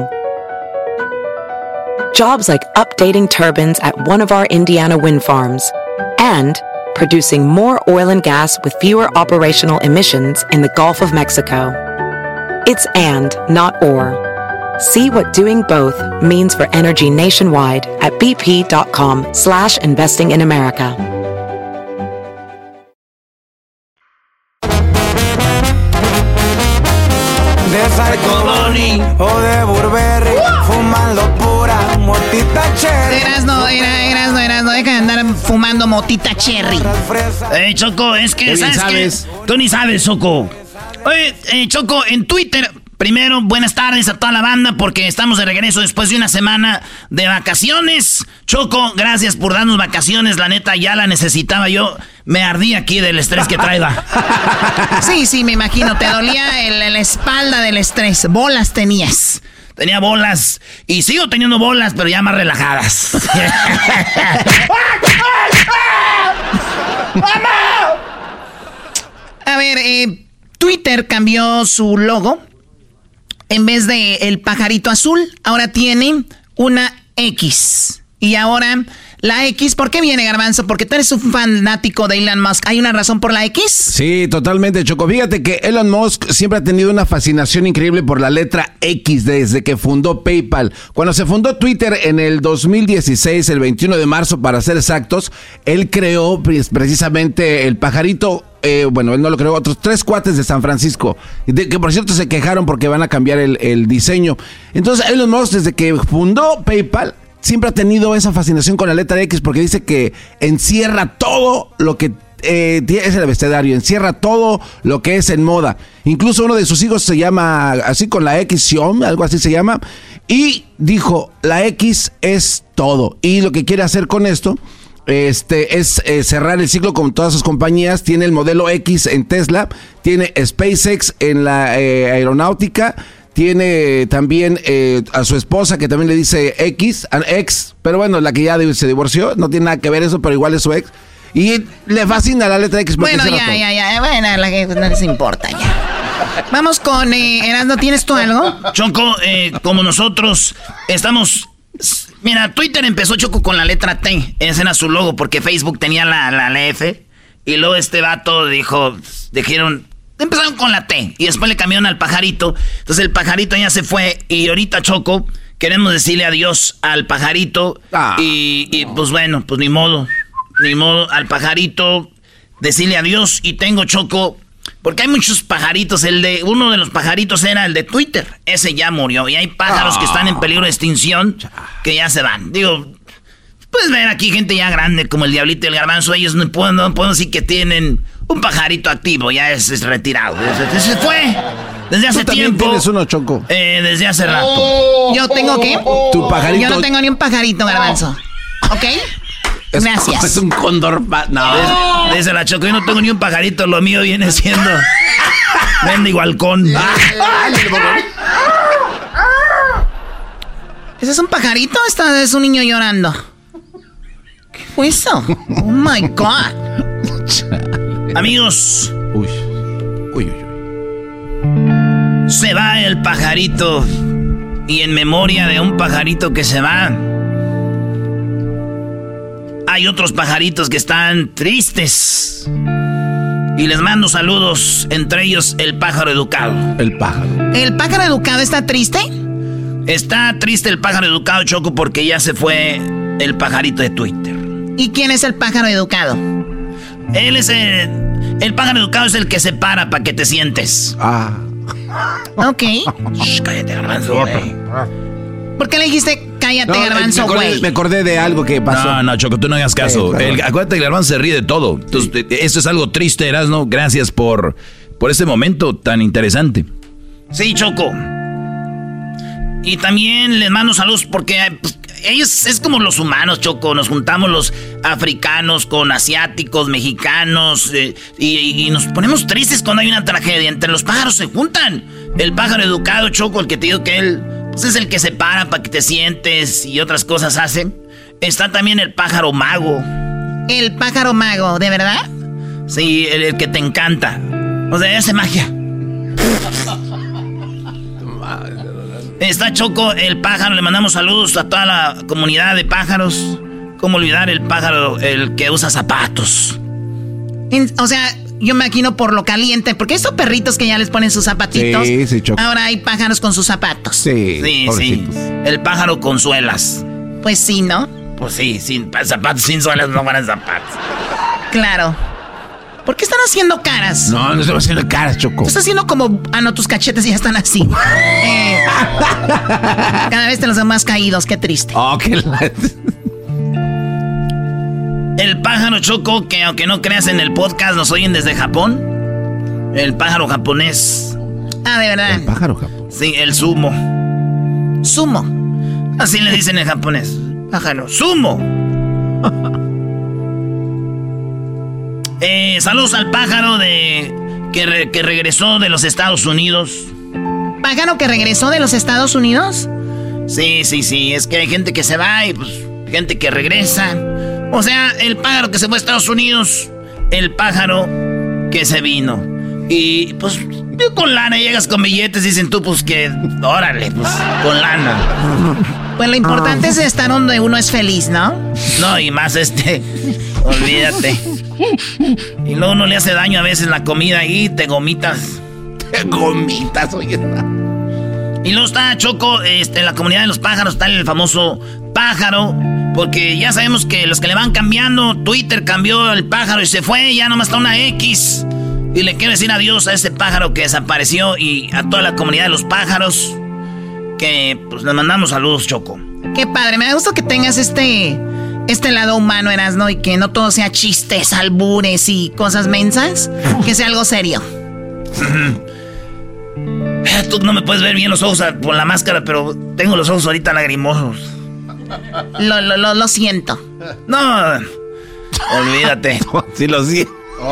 Jobs like updating turbines at one of our Indiana wind farms and producing more oil and gas with fewer operational emissions in the Gulf of Mexico. It's and, not or. See what doing both means for energy nationwide at bp.com/investing in America. De Sarcodoni o de Burberry, fumando pura motita cherry. Erasno, deja de andar fumando motita cherry. Choco, es que, ¿sabes qué? Tú ni sabes, Choco. Oye, Choco, en Twitter, primero, buenas tardes a toda la banda porque estamos de regreso después de una semana de vacaciones. Choco, gracias por darnos vacaciones, la neta, ya la necesitaba yo. Me ardí aquí del estrés que traía. Sí, me imagino, te dolía la espalda del estrés, bolas tenías. Tenía bolas y sigo teniendo bolas, pero ya más relajadas. A ver, Twitter cambió su logo. En vez de el pajarito azul, ahora tiene una X. Y ahora La X, ¿por qué viene, Garbanzo? Porque tú eres un fanático de Elon Musk. ¿Hay una razón por la X? Sí, totalmente, Choco. Fíjate que Elon Musk siempre ha tenido una fascinación increíble por la letra X desde que fundó PayPal. Cuando se fundó Twitter en el 2016, el 21 de marzo, para ser exactos, él creó precisamente el pajarito. Bueno, él no lo creó, otros 3 cuates de San Francisco, que por cierto se quejaron porque van a cambiar el diseño. Entonces, Elon Musk, desde que fundó PayPal, siempre ha tenido esa fascinación con la letra X porque dice que encierra todo lo que es el abecedario, encierra todo lo que es en moda. Incluso uno de sus hijos se llama así con la X, Xiom, algo así se llama, y dijo, la X es todo. Y lo que quiere hacer con esto es cerrar el ciclo con todas sus compañías. Tiene el modelo X en Tesla, tiene SpaceX en la aeronáutica, tiene también a su esposa que también le dice X, pero bueno, la que ya se divorció, no tiene nada que ver eso, pero igual es su ex. Y le fascina la letra X. Bueno, ya, bueno, a la que no les importa ya. Vamos con Erasmo, ¿tienes tú algo? Choco, como nosotros estamos... Mira, Twitter empezó, Choco, con la letra T. Ese era su logo, porque Facebook tenía la F. Y luego este vato dijeron... Empezaron con la T y después le cambiaron al pajarito. Entonces el pajarito ya se fue y ahorita, Choco, queremos decirle adiós al pajarito. Y pues bueno, pues ni modo al pajarito decirle adiós. Y tengo, Choco, porque hay muchos pajaritos. Uno de los pajaritos era el de Twitter. Ese ya murió y hay pájaros que están en peligro de extinción que ya se van. Digo, puedes ver aquí gente ya grande como el Diablito y el Garbanzo. Ellos no puedo decir que tienen un pajarito activo, ya es retirado. Se fue desde hace tiempo. ¿Tienes uno, Choco? Desde hace rato. ¿Yo tengo qué? Tu pajarito. Yo no tengo ni un pajarito, Garbanzo. ¿Ok? Gracias. Es un cóndor. No. Desde la Choco, yo no tengo ni un pajarito. Lo mío viene siendo mendigo halcón. ¿Ese es un pajarito? Esta es un niño llorando. ¿Qué fue eso? Oh my God. Amigos, se va el pajarito y en memoria de un pajarito que se va, hay otros pajaritos que están tristes y les mando saludos, entre ellos el pájaro educado. El pájaro. ¿El pájaro educado está triste? Está triste el pájaro educado, Choco, porque ya se fue el pajarito de Twitter. ¿Y quién es el pájaro educado? Él es el pájaro educado, es el que se para para que te sientes. Ok. Shh, cállate, Garbanzo, güey. ¿Por qué le dijiste cállate, Garbanzo, güey? Me acordé de algo que pasó. No, Choco, tú no hagas caso. Acuérdate que el Garbanzo se ríe de todo. Entonces, esto es algo triste, Erasmo. Gracias por este momento tan interesante. Sí, Choco. Y también les mando saludos porque... ellos es como los humanos, Choco. Nos juntamos los africanos con asiáticos, mexicanos, y nos ponemos tristes cuando hay una tragedia. Entre los pájaros se juntan. El pájaro educado, Choco, el que te digo que él pues es el que se para para que te sientes y otras cosas hace. Está también el pájaro mago. ¿El pájaro mago, de verdad? Sí, el que te encanta. O sea, hace magia. Está Choco, el pájaro. Le mandamos saludos a toda la comunidad de pájaros. ¿Cómo olvidar el pájaro, el que usa zapatos? O sea, yo me imagino por lo caliente, porque estos perritos que ya les ponen sus zapatitos. Sí, Choco. Ahora hay pájaros con sus zapatos. Sí, el pájaro con suelas. Pues sí, ¿no? Pues sí, sin zapatos, sin suelas no van a zapatos. Claro. ¿Por qué están haciendo caras? No estamos haciendo caras, Choco. Estás haciendo como... no, tus cachetes ya están así. Cada vez te los veo más caídos, qué triste. El pájaro, Choco, que aunque no creas en el podcast, nos oyen desde Japón. El pájaro japonés. Ah, ¿de verdad? El pájaro japonés. Sí, el sumo. ¿Sumo? Así le dicen en japonés. Pájaro, sumo. Saludos al pájaro que regresó de los Estados Unidos. ¿Pájaro que regresó de los Estados Unidos? Sí, es que hay gente que se va y pues gente que regresa. O sea, el pájaro que se fue a Estados Unidos, el pájaro que se vino. Y pues con lana llegas con billetes, dicen tú, pues que órale, pues con lana. Pues lo importante es estar donde uno es feliz, ¿no? No, y más olvídate. Y luego uno le hace daño a veces la comida y te gomitas. Te gomitas, oye. Y luego está, Choco, en la comunidad de los pájaros está el famoso pájaro. Porque ya sabemos que los que le van cambiando, Twitter cambió el pájaro y se fue, ya nomás está una X. Y le quiero decir adiós a ese pájaro que desapareció y a toda la comunidad de los pájaros. Que pues les mandamos saludos, Choco. Qué padre, me da gusto que tengas este lado humano, Erasno, y que no todo sea chistes, albures y cosas mensas, que sea algo serio. Tú no me puedes ver bien los ojos por la máscara, pero tengo los ojos ahorita lagrimosos. Lo siento. No, olvídate. Sí lo siento.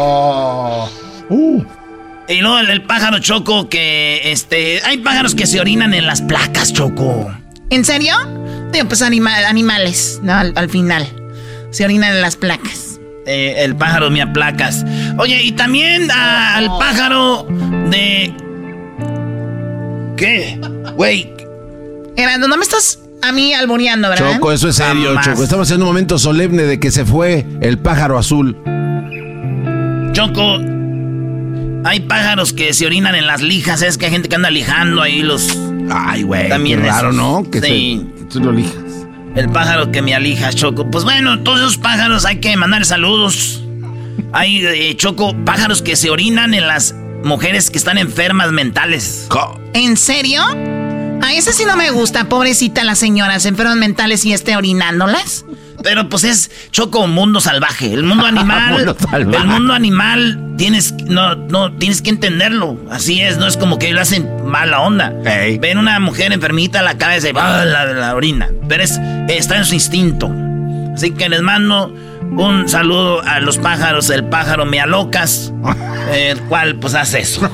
Y luego el pájaro, Choco, que hay pájaros que se orinan en las placas, Choco. ¿En serio? Digo, pues animales, ¿no? Al final. Se orinan en las placas. El pájaro me aplacas. Oye, y también al pájaro de... ¿Qué? Güey. Erasno, no me estás a mí albureando, ¿verdad? Choco, eso es serio, Jamás. Choco. Estamos en un momento solemne de que se fue el pájaro azul. Choco, hay pájaros que se orinan en las lijas. Es que hay gente que anda lijando ahí los... Ay, güey, también qué raro, esos. ¿no? Que sí. tú lo lijas. El pájaro que me alijas, Choco. Pues bueno, todos esos pájaros hay que mandar saludos. Hay, Choco, pájaros que se orinan en las mujeres que están enfermas mentales. ¿En serio? A ese sí no me gusta, pobrecita las señoras enfermas mentales y orinándolas. Pero pues es, Choco, un mundo salvaje. El mundo animal, el mundo animal tienes que entenderlo. Así es, no es como que lo hacen mala onda. Hey. Ven una mujer enfermita, la cabeza y la orina. Pero está en su instinto. Así que les mando un saludo a los pájaros. El pájaro me alocas, el cual pues hace eso.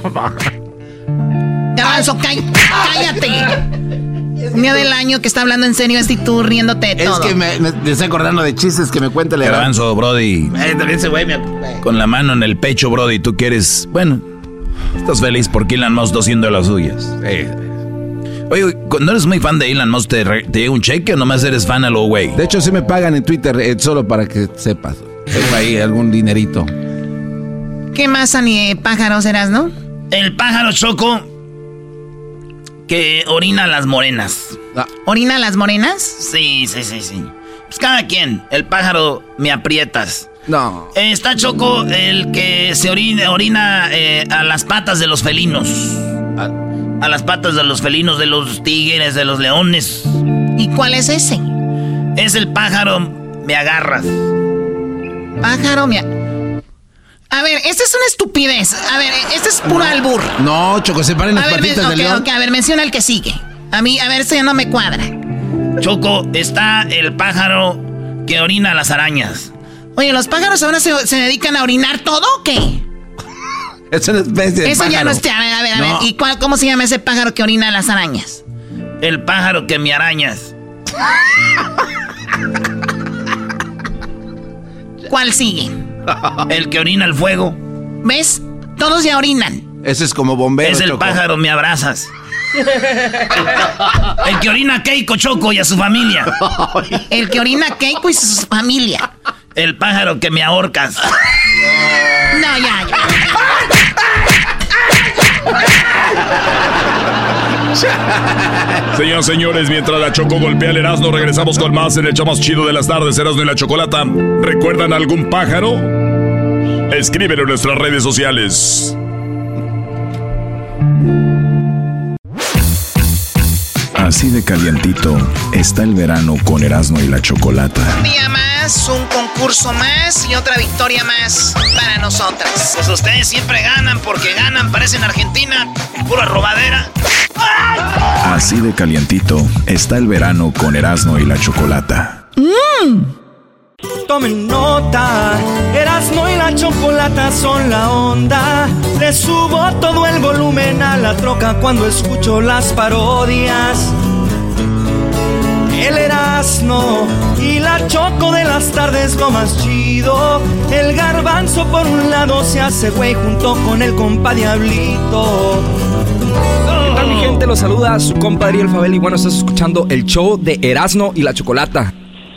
Garbanzo, cállate. Un día del año que está hablando en serio y tú riéndote de todo. Es que me estoy acordando de chistes que me cuenta el Garbanzo, Brody. También ese güey con la mano en el pecho, Brody. Tú quieres... Bueno, estás feliz porque Elon Musk está haciendo las suyas. Oye, ¿no eres muy fan de Elon Musk? ¿Te llega un cheque o nomás eres fan a lo güey? De hecho, sí me pagan en Twitter, solo para que sepas. Tengo ahí algún dinerito. ¿Qué más, pájaros eras, no? El pájaro, Choco, que orina a las morenas. ¿Orina a las morenas? Sí. Pues cada quien. El pájaro me aprietas. No. Está, Choco, el que se orina a las patas de los felinos. A las patas de los felinos, de los tigres, de los leones. ¿Y cuál es ese? Es el pájaro me agarras. Pájaro me... A ver, esta es una estupidez. A ver, este es puro albur. No, Choco, separen las patitas del león. A ver, menciona el que sigue. A ver, esto ya no me cuadra. Choco, está el pájaro que orina a las arañas. Oye, ¿los pájaros ahora se dedican a orinar todo o qué? Es una especie de eso pájaro. Ya no está. A ver. ¿Y cómo se llama ese pájaro que orina a las arañas? El pájaro que me arañas. ¿Cuál sigue? El que orina el fuego. ¿Ves? Todos ya orinan. Ese es como bombero, Es el Choco. pájaro me abrazas. El que orina a Keiko, Choco, y a su familia. El que orina a Keiko y su familia. El pájaro que me ahorcas. No, ya. Señoras y señores, mientras la Choco golpea el Erasmo, regresamos con más en el show más chido de las tardes, Erasmo y la Chocolata. ¿Recuerdan algún pájaro? Escríbelo en nuestras redes sociales. Así de calientito está el verano con Erasmo y la Chocolata. Un día más, un concurso más y otra victoria más para nosotras. Pues ustedes siempre ganan porque ganan, parecen Argentina, pura robadera. Así de calientito está el verano con Erasmo y la Chocolata. Tomen nota, Erasmo y la Chocolata son la onda. Le subo todo el volumen a la troca cuando escucho las parodias. El Erasmo y la Choco de las tardes lo más chido. El Garbanzo por un lado se hace güey junto con el compa Diablito. ¿Qué tal, mi gente? los saluda su compa Ariel Fabel y bueno, estás escuchando el show de Erasno y la Chocolata.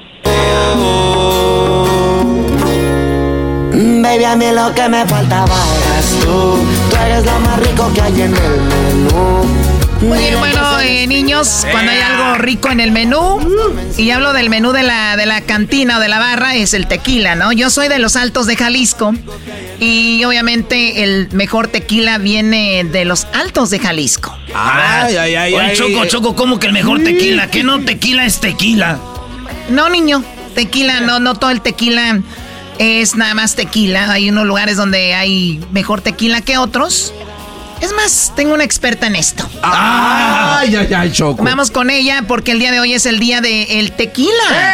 Baby, a mí lo que me faltaba eras tú. Tú eres lo más rico que hay en el menú. Muy bien, bueno, niños, cuando hay algo rico en el menú, y hablo del menú de la cantina o de la barra, es el tequila, ¿no? Yo soy de los Altos de Jalisco y obviamente el mejor tequila viene de los Altos de Jalisco. Oye, Choco, ¿cómo que el mejor tequila? ¿Qué no tequila es tequila? No, niño, tequila, no todo el tequila es nada más tequila. Hay unos lugares donde hay mejor tequila que otros. Es más, tengo una experta en esto. ¡Ay, Choco! Vamos con ella porque el día de hoy es el día del tequila.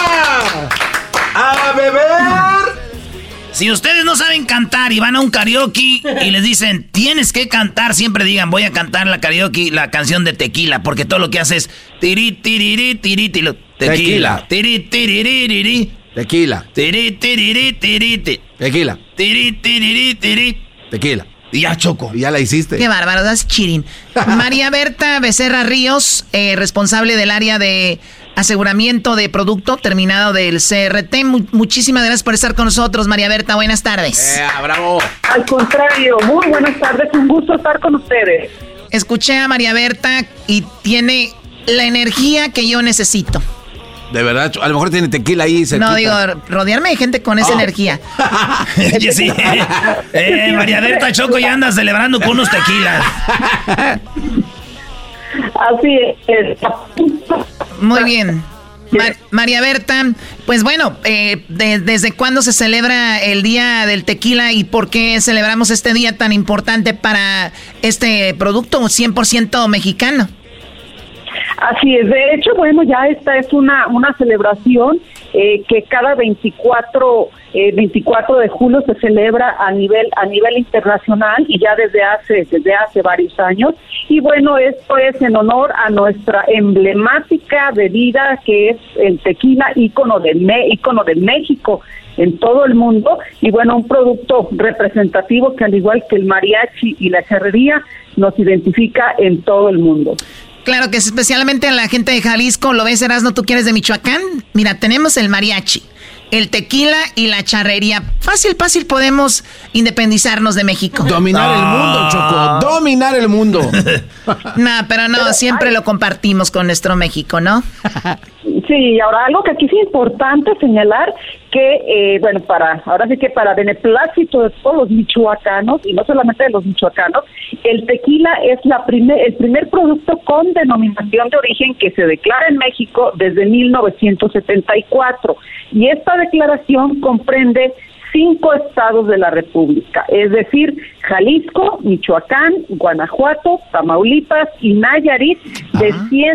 ¡A beber! Si ustedes no saben cantar y van a un karaoke y les dicen, tienes que cantar, siempre digan, voy a cantar la karaoke, la canción de tequila, porque todo lo que hace es tiri, tiriri, tiri, tiri, tequila. Tiri, tiriri, tequila. Tiri, tiriri, tiri, tequila. Tiri, tiriri, tiri, tequila. Y ya, Choco. Y ya la hiciste. Qué bárbaro, das chirin. María Berta Becerra Ríos, responsable del área de aseguramiento de producto terminado del CRT. Muchísimas gracias por estar con nosotros, María Berta. Buenas tardes. ¡Bravo! Al contrario, muy buenas tardes. Un gusto estar con ustedes. Escuché a María Berta y tiene la energía que yo necesito. De verdad, a lo mejor tiene tequila ahí. No, digo, rodearme de gente con esa energía. Oye, sí. María Berta, Choco, ya anda celebrando con unos tequilas. Así es. Muy bien. María Berta, pues bueno, ¿desde cuándo se celebra el Día del Tequila y por qué celebramos este día tan importante para este producto 100% mexicano? Así es, de hecho, bueno, ya esta es una celebración que cada 24 de julio se celebra a nivel internacional y ya desde hace varios años. Y bueno, esto es en honor a nuestra emblemática bebida que es el tequila, ícono del México en todo el mundo, y bueno, un producto representativo que al igual que el mariachi y la charrería nos identifica en todo el mundo. Claro que es especialmente a la gente de Jalisco. ¿Lo ves, Erasno? ¿Tú quieres de Michoacán? Mira, tenemos el mariachi, el tequila y la charrería. Fácil podemos independizarnos de México. Dominar el mundo, Choco. Dominar el mundo. No, pero no, siempre lo compartimos con nuestro México, ¿no? Sí, ahora algo que aquí es importante señalar que, bueno, ahora sí que para beneplácito de todos los michoacanos, y no solamente de los michoacanos, el tequila es el primer producto con denominación de origen que se declara en México desde 1974. Y esta declaración comprende 5 estados de la República, es decir, Jalisco, Michoacán, Guanajuato, Tamaulipas y Nayarit, de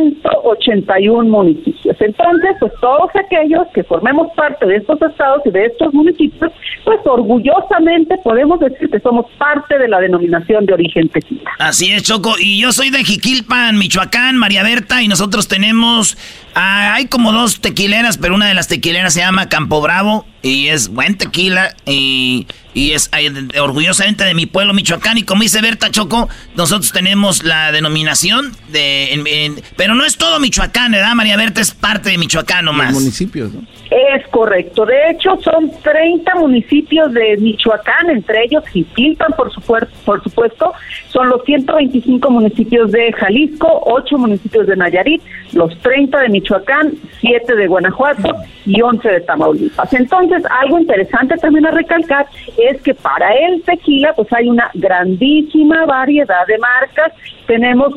181 municipios. Entonces, pues todos aquellos que formemos parte de estos estados y de estos municipios, pues orgullosamente podemos decir que somos parte de la denominación de origen tequila. Así es, Choco, y yo soy de Jiquilpan, Michoacán, María Berta, y nosotros tenemos, hay como 2 tequileras, pero una de las tequileras se llama Campo Bravo, y es buen tequila, y es orgullosamente de mi pueblo, Michoacán. Y como dice Berta, Choco, nosotros tenemos la denominación pero no es todo Michoacán, ¿verdad, María Berta? Es parte de Michoacán nomás. Los municipios, ¿no? Es correcto. De hecho, son 30 municipios de Michoacán, entre ellos Jiquilpan, por supuesto. Son los 125 municipios de Jalisco, 8 municipios de Nayarit, los 30 de Michoacán, 7 de Guanajuato y 11 de Tamaulipas. Entonces, algo interesante también a recalcar es que para el tequila, pues hay una grandísima variedad de marcas. Tenemos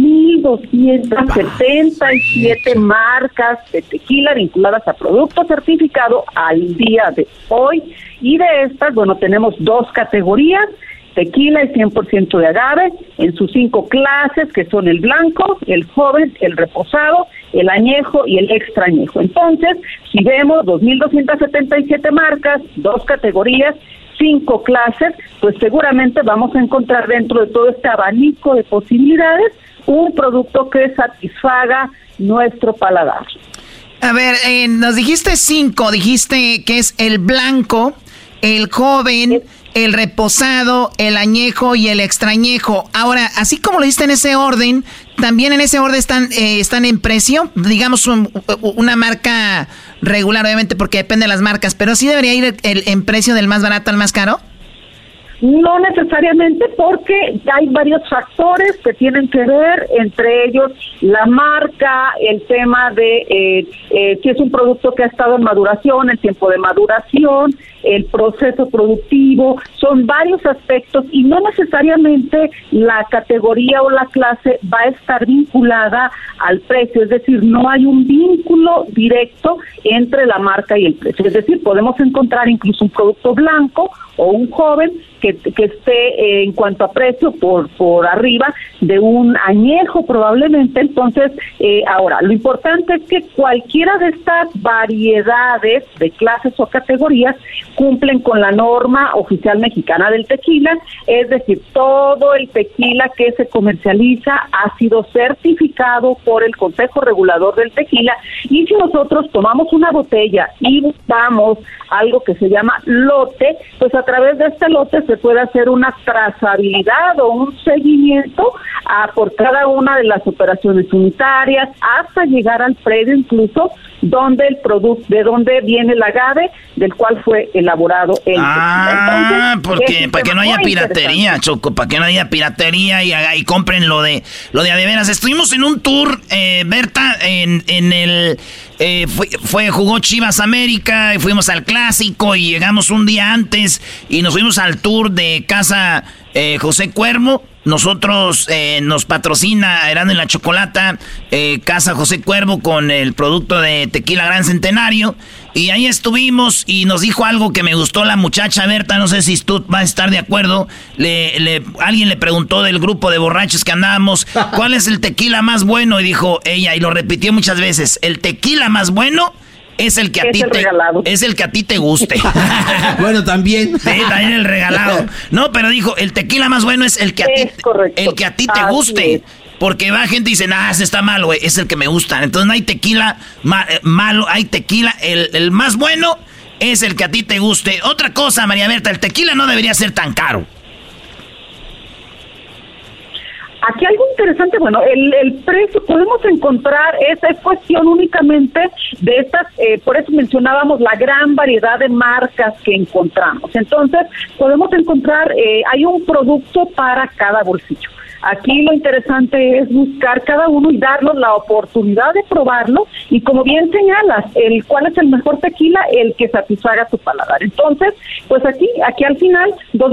2,277 marcas de tequila vinculadas a producto certificado al día de hoy. Y de estas, bueno, tenemos 2 categorías: tequila y 100% de agave, en sus 5 clases, que son el blanco, el joven, el reposado, el añejo y el extra añejo. Entonces, si vemos 2,277 marcas, 2 categorías, 5 clases, pues seguramente vamos a encontrar dentro de todo este abanico de posibilidades un producto que satisfaga nuestro paladar. A ver, nos dijiste 5, dijiste que es el blanco, el joven, el reposado, el añejo y el extrañejo. Ahora, así como lo diste en ese orden, también en ese orden están en precio, digamos una marca regular, obviamente porque depende de las marcas, pero sí debería ir en precio del más barato al más caro. No necesariamente, porque hay varios factores que tienen que ver, entre ellos la marca, el tema de si es un producto que ha estado en maduración, el tiempo de maduración, el proceso productivo, son varios aspectos y no necesariamente la categoría o la clase va a estar vinculada al precio, es decir, no hay un vínculo directo entre la marca y el precio, es decir, podemos encontrar incluso un producto blanco o un joven que esté en cuanto a precio por arriba de un añejo probablemente. Entonces, ahora, lo importante es que cualquiera de estas variedades de clases o categorías cumplen con la norma oficial mexicana del tequila, es decir, todo el tequila que se comercializa ha sido certificado por el Consejo Regulador del Tequila, y si nosotros tomamos una botella y buscamos algo que se llama lote, pues a través de este lote se puede hacer una trazabilidad o un seguimiento por cada una de las operaciones unitarias hasta llegar al predio, incluso donde el producto, de dónde viene el agave del cual fue elaborado el tequila. Entonces, porque para que no haya piratería, Choco, para que no haya piratería y compren lo de a de veras. Estuvimos en un tour, Berta, en el jugó Chivas América y fuimos al clásico y llegamos un día antes y nos fuimos al tour de Casa José Cuervo. Nosotros nos patrocina Erasmo y la Chocolata, Casa José Cuervo, con el producto de Tequila Gran Centenario. Y ahí estuvimos y nos dijo algo que me gustó la muchacha Berta, no sé si tú vas a estar de acuerdo. Alguien le preguntó del grupo de borrachos que andábamos, ¿cuál es el tequila más bueno? Y dijo ella, y lo repitió muchas veces, el tequila más bueno es el que a ti te guste. Bueno, también. Sí, también el regalado. No, pero dijo, el tequila más bueno es el que a ti te guste. Porque va gente y dice, ese está malo, güey, es el que me gusta. Entonces no hay tequila malo, hay tequila, el más bueno es el que a ti te guste. Otra cosa, María Berta, el tequila no debería ser tan caro. Aquí algo interesante, bueno, el precio podemos encontrar, esa es cuestión únicamente de estas, por eso mencionábamos la gran variedad de marcas que encontramos. Entonces, podemos encontrar, hay un producto para cada bolsillo. Aquí lo interesante es buscar cada uno y darnos la oportunidad de probarlo y, como bien señalas, cuál es el mejor tequila, el que satisfaga tu paladar. Entonces, pues aquí al final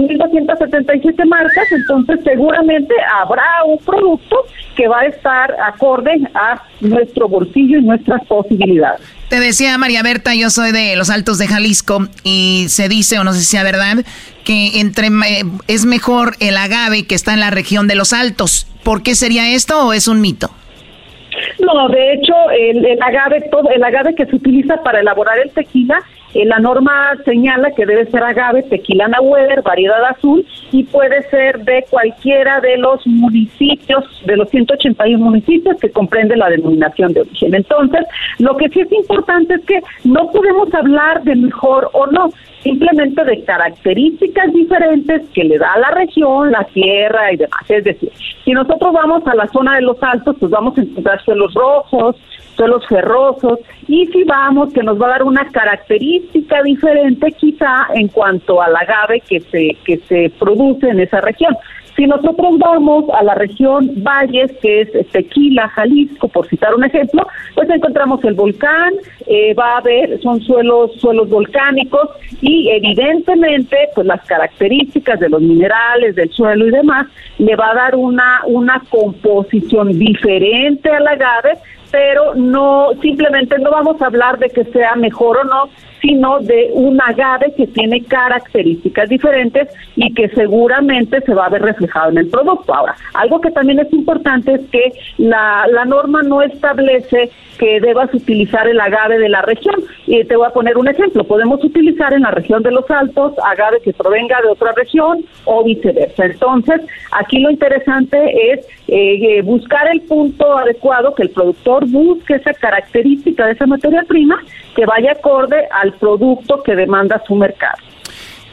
2,277 marcas, entonces seguramente habrá un producto que va a estar acorde a nuestro bolsillo y nuestras posibilidades. Te decía María Berta, yo soy de los Altos de Jalisco y se dice, o no sé si sea verdad, que es mejor el agave que está en la región de los Altos. ¿Por qué sería esto o es un mito? No, de hecho, el agave que se utiliza para elaborar el tequila, la norma señala que debe ser agave Tequilana Weber, variedad azul, y puede ser de cualquiera de los municipios, de los 181 municipios que comprende la denominación de origen. Entonces, lo que sí es importante es que no podemos hablar de mejor o no, simplemente de características diferentes que le da a la región, la tierra y demás. Es decir, si nosotros vamos a la zona de los Altos, pues vamos a encontrar suelos rojos, suelos ferrosos, y si vamos, que nos va a dar una característica diferente quizá en cuanto al agave que se produce en esa región. Si nosotros vamos a la región Valles, que es Tequila, Jalisco, por citar un ejemplo, pues encontramos el volcán, va a haber, son suelos volcánicos, y evidentemente pues las características de los minerales, del suelo y demás, le va a dar una composición diferente al agave, pero simplemente no vamos a hablar de que sea mejor o no, sino de un agave que tiene características diferentes y que seguramente se va a ver reflejado en el producto. Ahora, algo que también es importante es que la norma no establece que debas utilizar el agave de la región. Y te voy a poner un ejemplo. Podemos utilizar en la región de los Altos agave que provenga de otra región o viceversa. Entonces, aquí lo interesante es buscar el punto adecuado, que el productor busque esa característica de esa materia prima que vaya acorde al producto que demanda su mercado.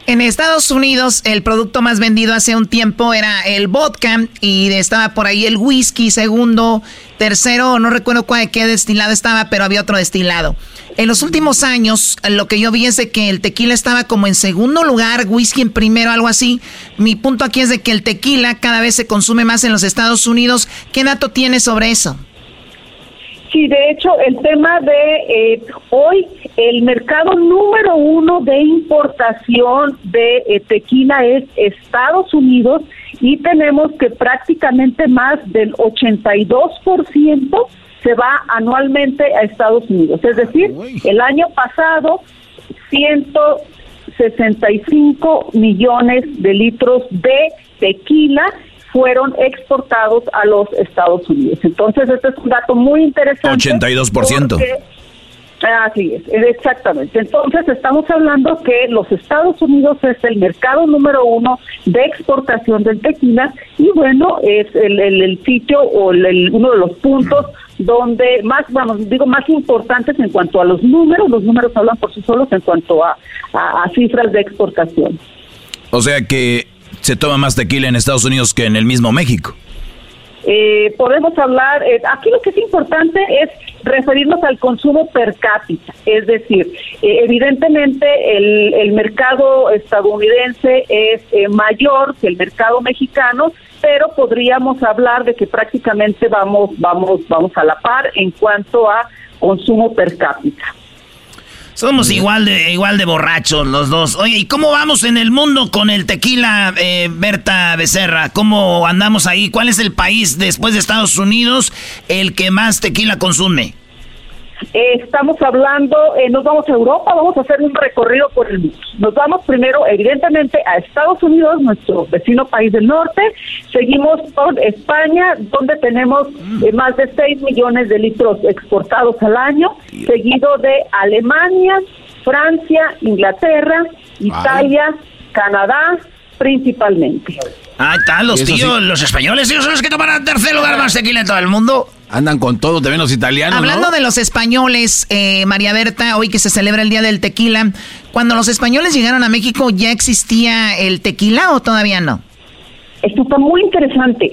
En Estados Unidos, el producto más vendido hace un tiempo era el vodka y estaba por ahí el whisky, segundo, tercero, no recuerdo qué destilado estaba, pero había otro destilado. En los últimos años, lo que yo vi es de que el tequila estaba como en segundo lugar, whisky en primero, algo así. Mi punto aquí es de que el tequila cada vez se consume más en los Estados Unidos. ¿Qué dato tienes sobre eso? Sí, de hecho, el tema de hoy, el mercado número 1 de importación de tequila es Estados Unidos y tenemos que prácticamente más del 82% se va anualmente a Estados Unidos. Es decir, el año pasado, 165 millones de litros de tequila fueron exportados a los Estados Unidos. Entonces, este es un dato muy interesante. 82%. Así es, exactamente. Entonces, estamos hablando que los Estados Unidos es el mercado número 1 de exportación del tequila y bueno, es el sitio o uno de los puntos donde más importantes en cuanto a los números hablan por sí solos en cuanto a cifras de exportación. O sea que se toma más tequila en Estados Unidos que en el mismo México. Podemos hablar, aquí lo que es importante es referirnos al consumo per cápita, es decir, evidentemente el mercado estadounidense es mayor que el mercado mexicano, pero podríamos hablar de que prácticamente vamos a la par en cuanto a consumo per cápita. Somos igual de borrachos los dos. Oye, ¿y cómo vamos en el mundo con el tequila, Berta Becerra? ¿Cómo andamos ahí? ¿Cuál es el país después de Estados Unidos el que más tequila consume? Estamos hablando, nos vamos a Europa, vamos a hacer un recorrido por el mundo. Nos vamos primero, evidentemente, a Estados Unidos, nuestro vecino país del norte. Seguimos por España, donde tenemos más de 6 millones de litros exportados al año, seguido de Alemania, Francia, Inglaterra, Italia, Canadá, principalmente. Ah, están los tíos, los españoles, ellos son los que toman el tercer lugar más tequila en todo el mundo. Andan con todo, también los italianos, Hablando de los españoles, María Berta, hoy que se celebra el Día del Tequila, cuando los españoles llegaron a México, ¿ya existía el tequila o todavía no? Esto está muy interesante.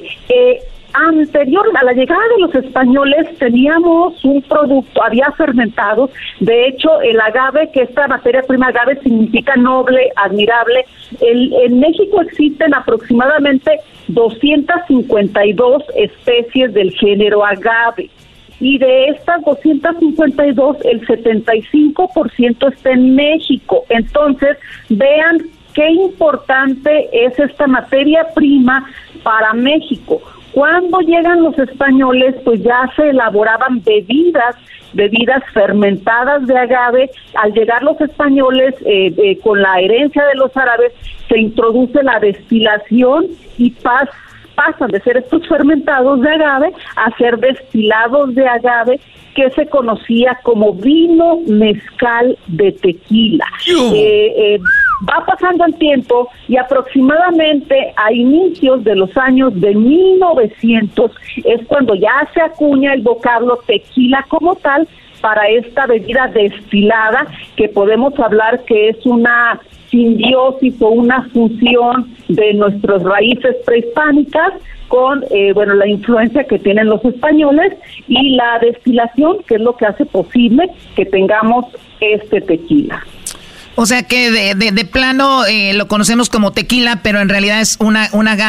Anterior a la llegada de los españoles teníamos un producto, había fermentado, de hecho el agave, que esta materia prima agave significa noble, admirable. En México existen aproximadamente 252 especies del género agave y de estas 252 el 75% está en México. Entonces vean qué importante es esta materia prima para México. Cuando llegan los españoles, pues ya se elaboraban bebidas fermentadas de agave. Al llegar los españoles, con la herencia de los árabes, se introduce la destilación y pasan de ser estos fermentados de agave a ser destilados de agave, que se conocía como vino mezcal de tequila. Va pasando el tiempo y aproximadamente a inicios de los años de 1900 es cuando ya se acuña el vocablo tequila como tal para esta bebida destilada, que podemos hablar que es una simbiosis o una fusión de nuestras raíces prehispánicas con la influencia que tienen los españoles y la destilación, que es lo que hace posible que tengamos este tequila. O sea que de plano lo conocemos como tequila, pero en realidad es un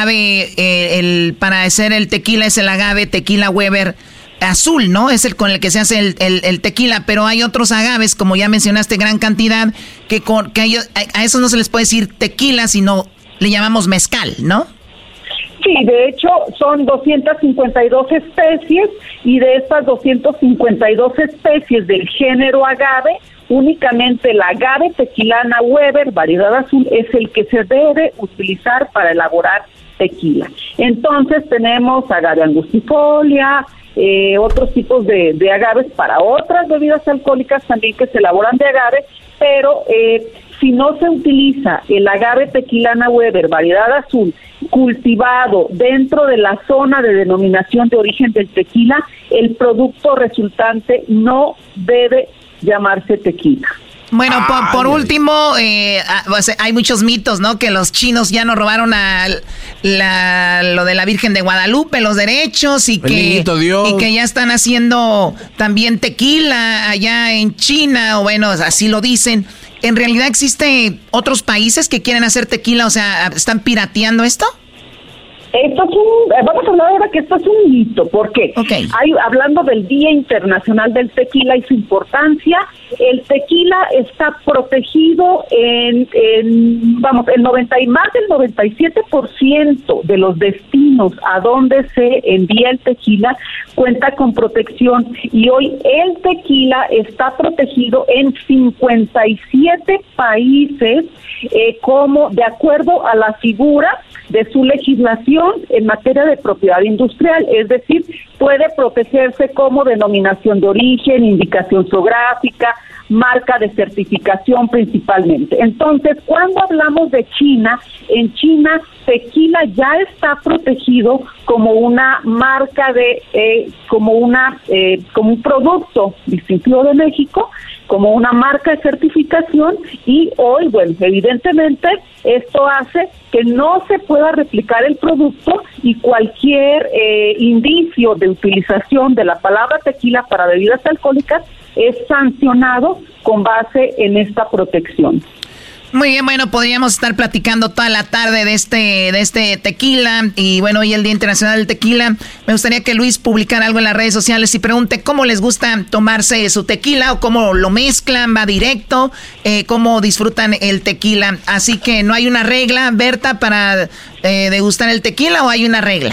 agave, para hacer el tequila es el agave tequila Weber azul, ¿no? Es el con el que se hace el tequila, pero hay otros agaves, como ya mencionaste, gran cantidad, que a esos no se les puede decir tequila, sino le llamamos mezcal, ¿no? Sí, de hecho son 252 especies y de estas 252 especies del género agave, únicamente el agave tequilana Weber, variedad azul, es el que se debe utilizar para elaborar tequila. Entonces tenemos agave angustifolia, otros tipos de agaves para otras bebidas alcohólicas también que se elaboran de agave, pero si no se utiliza el agave tequilana Weber, variedad azul, cultivado dentro de la zona de denominación de origen del tequila, el producto resultante no debe llamarse tequila. Bueno, por último, hay muchos mitos, ¿no? Que los chinos ya nos robaron lo de la Virgen de Guadalupe, los derechos, y que ya están haciendo también tequila allá en China, o bueno, así lo dicen. ¿En realidad existen otros países que quieren hacer tequila? O sea, ¿están pirateando esto? Vamos a hablar ahora que esto es un mito, porque hablando del Día Internacional del Tequila y su importancia, el tequila está protegido más del 97% de los destinos a donde se envía el tequila cuenta con protección, y hoy el tequila está protegido en 57 países como de acuerdo a la figura de su legislación en materia de propiedad industrial, es decir, puede protegerse como denominación de origen, indicación geográfica, marca de certificación principalmente. Entonces, cuando hablamos de China, en China tequila ya está protegido como una marca como un producto distintivo de México, como una marca de certificación, y hoy, bueno, evidentemente esto hace que no se pueda replicar el producto, y cualquier indicio de utilización de la palabra tequila para bebidas alcohólicas es sancionado con base en esta protección. Muy bien, bueno, podríamos estar platicando toda la tarde de este tequila, y bueno, hoy el Día Internacional del Tequila. Me gustaría que Luis publicara algo en las redes sociales y pregunte cómo les gusta tomarse su tequila, o cómo lo mezclan, va directo, cómo disfrutan el tequila. Así que no hay una regla, Berta, para degustar el tequila, ¿o hay una regla?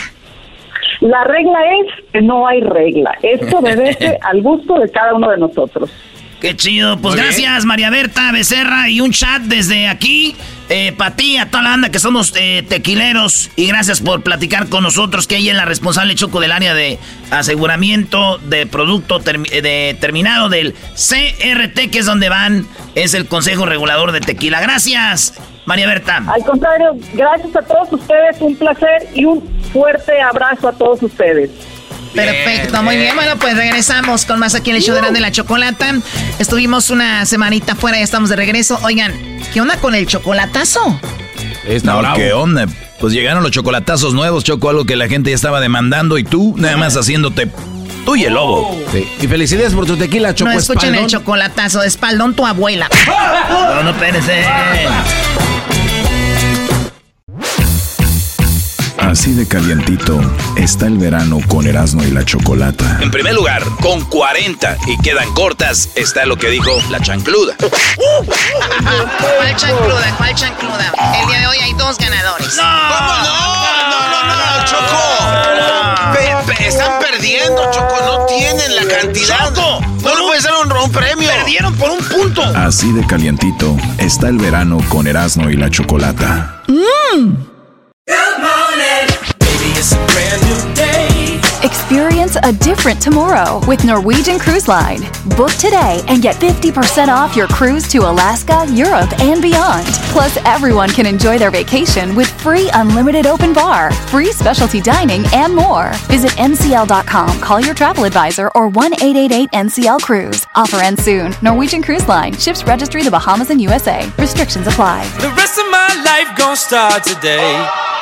La regla es que no hay regla. Esto obedece al gusto de cada uno de nosotros. Qué chido. Pues gracias, María Berta Becerra, y un chat desde aquí para ti, a toda la banda que somos tequileros, y gracias por platicar con nosotros, que ella es la responsable, Choco, del área de aseguramiento de producto terminado del CRT, que es donde es el Consejo Regulador de Tequila. Gracias, María Berta. Al contrario, gracias a todos ustedes, un placer y un fuerte abrazo a todos ustedes. Perfecto, muy bien. Bueno, pues regresamos con más aquí en el show de la Chocolata. Estuvimos una semanita fuera y estamos de regreso. Oigan, ¿qué onda con el chocolatazo? ¿Qué onda? Pues llegaron los chocolatazos nuevos, Choco, algo que la gente ya estaba demandando, y tú nada más haciéndote tú y el lobo. Sí. Y felicidades por tu tequila, Choco. No escuchen espaldón. El chocolatazo de espaldón tu abuela. No, espérense. Así de calientito está el verano con Erasmo y la Chocolata. En primer lugar, con 40 y quedan cortas, está lo que dijo la chancluda. ¿Cuál chancluda? ¿Cuál chancluda? El día de hoy hay 2 ganadores. ¡No! ¿Cómo no, Choco! Están perdiendo, Choco. No tienen la cantidad. Choco, no le puede ser un premio. Perdieron por un punto. Así de calientito está el verano con Erasmo y la Chocolata. Good morning. Baby, it's a brand new day. Experience a different tomorrow with Norwegian Cruise Line. Book today and get 50% off your cruise to Alaska, Europe, and beyond. Plus, everyone can enjoy their vacation with free unlimited open bar, free specialty dining, and more. Visit ncl.com, call your travel advisor, or 1-888-NCL-CRUISE. Offer ends soon. Norwegian Cruise Line. Ships registry the Bahamas and USA. Restrictions apply. The rest of my life gon' start today.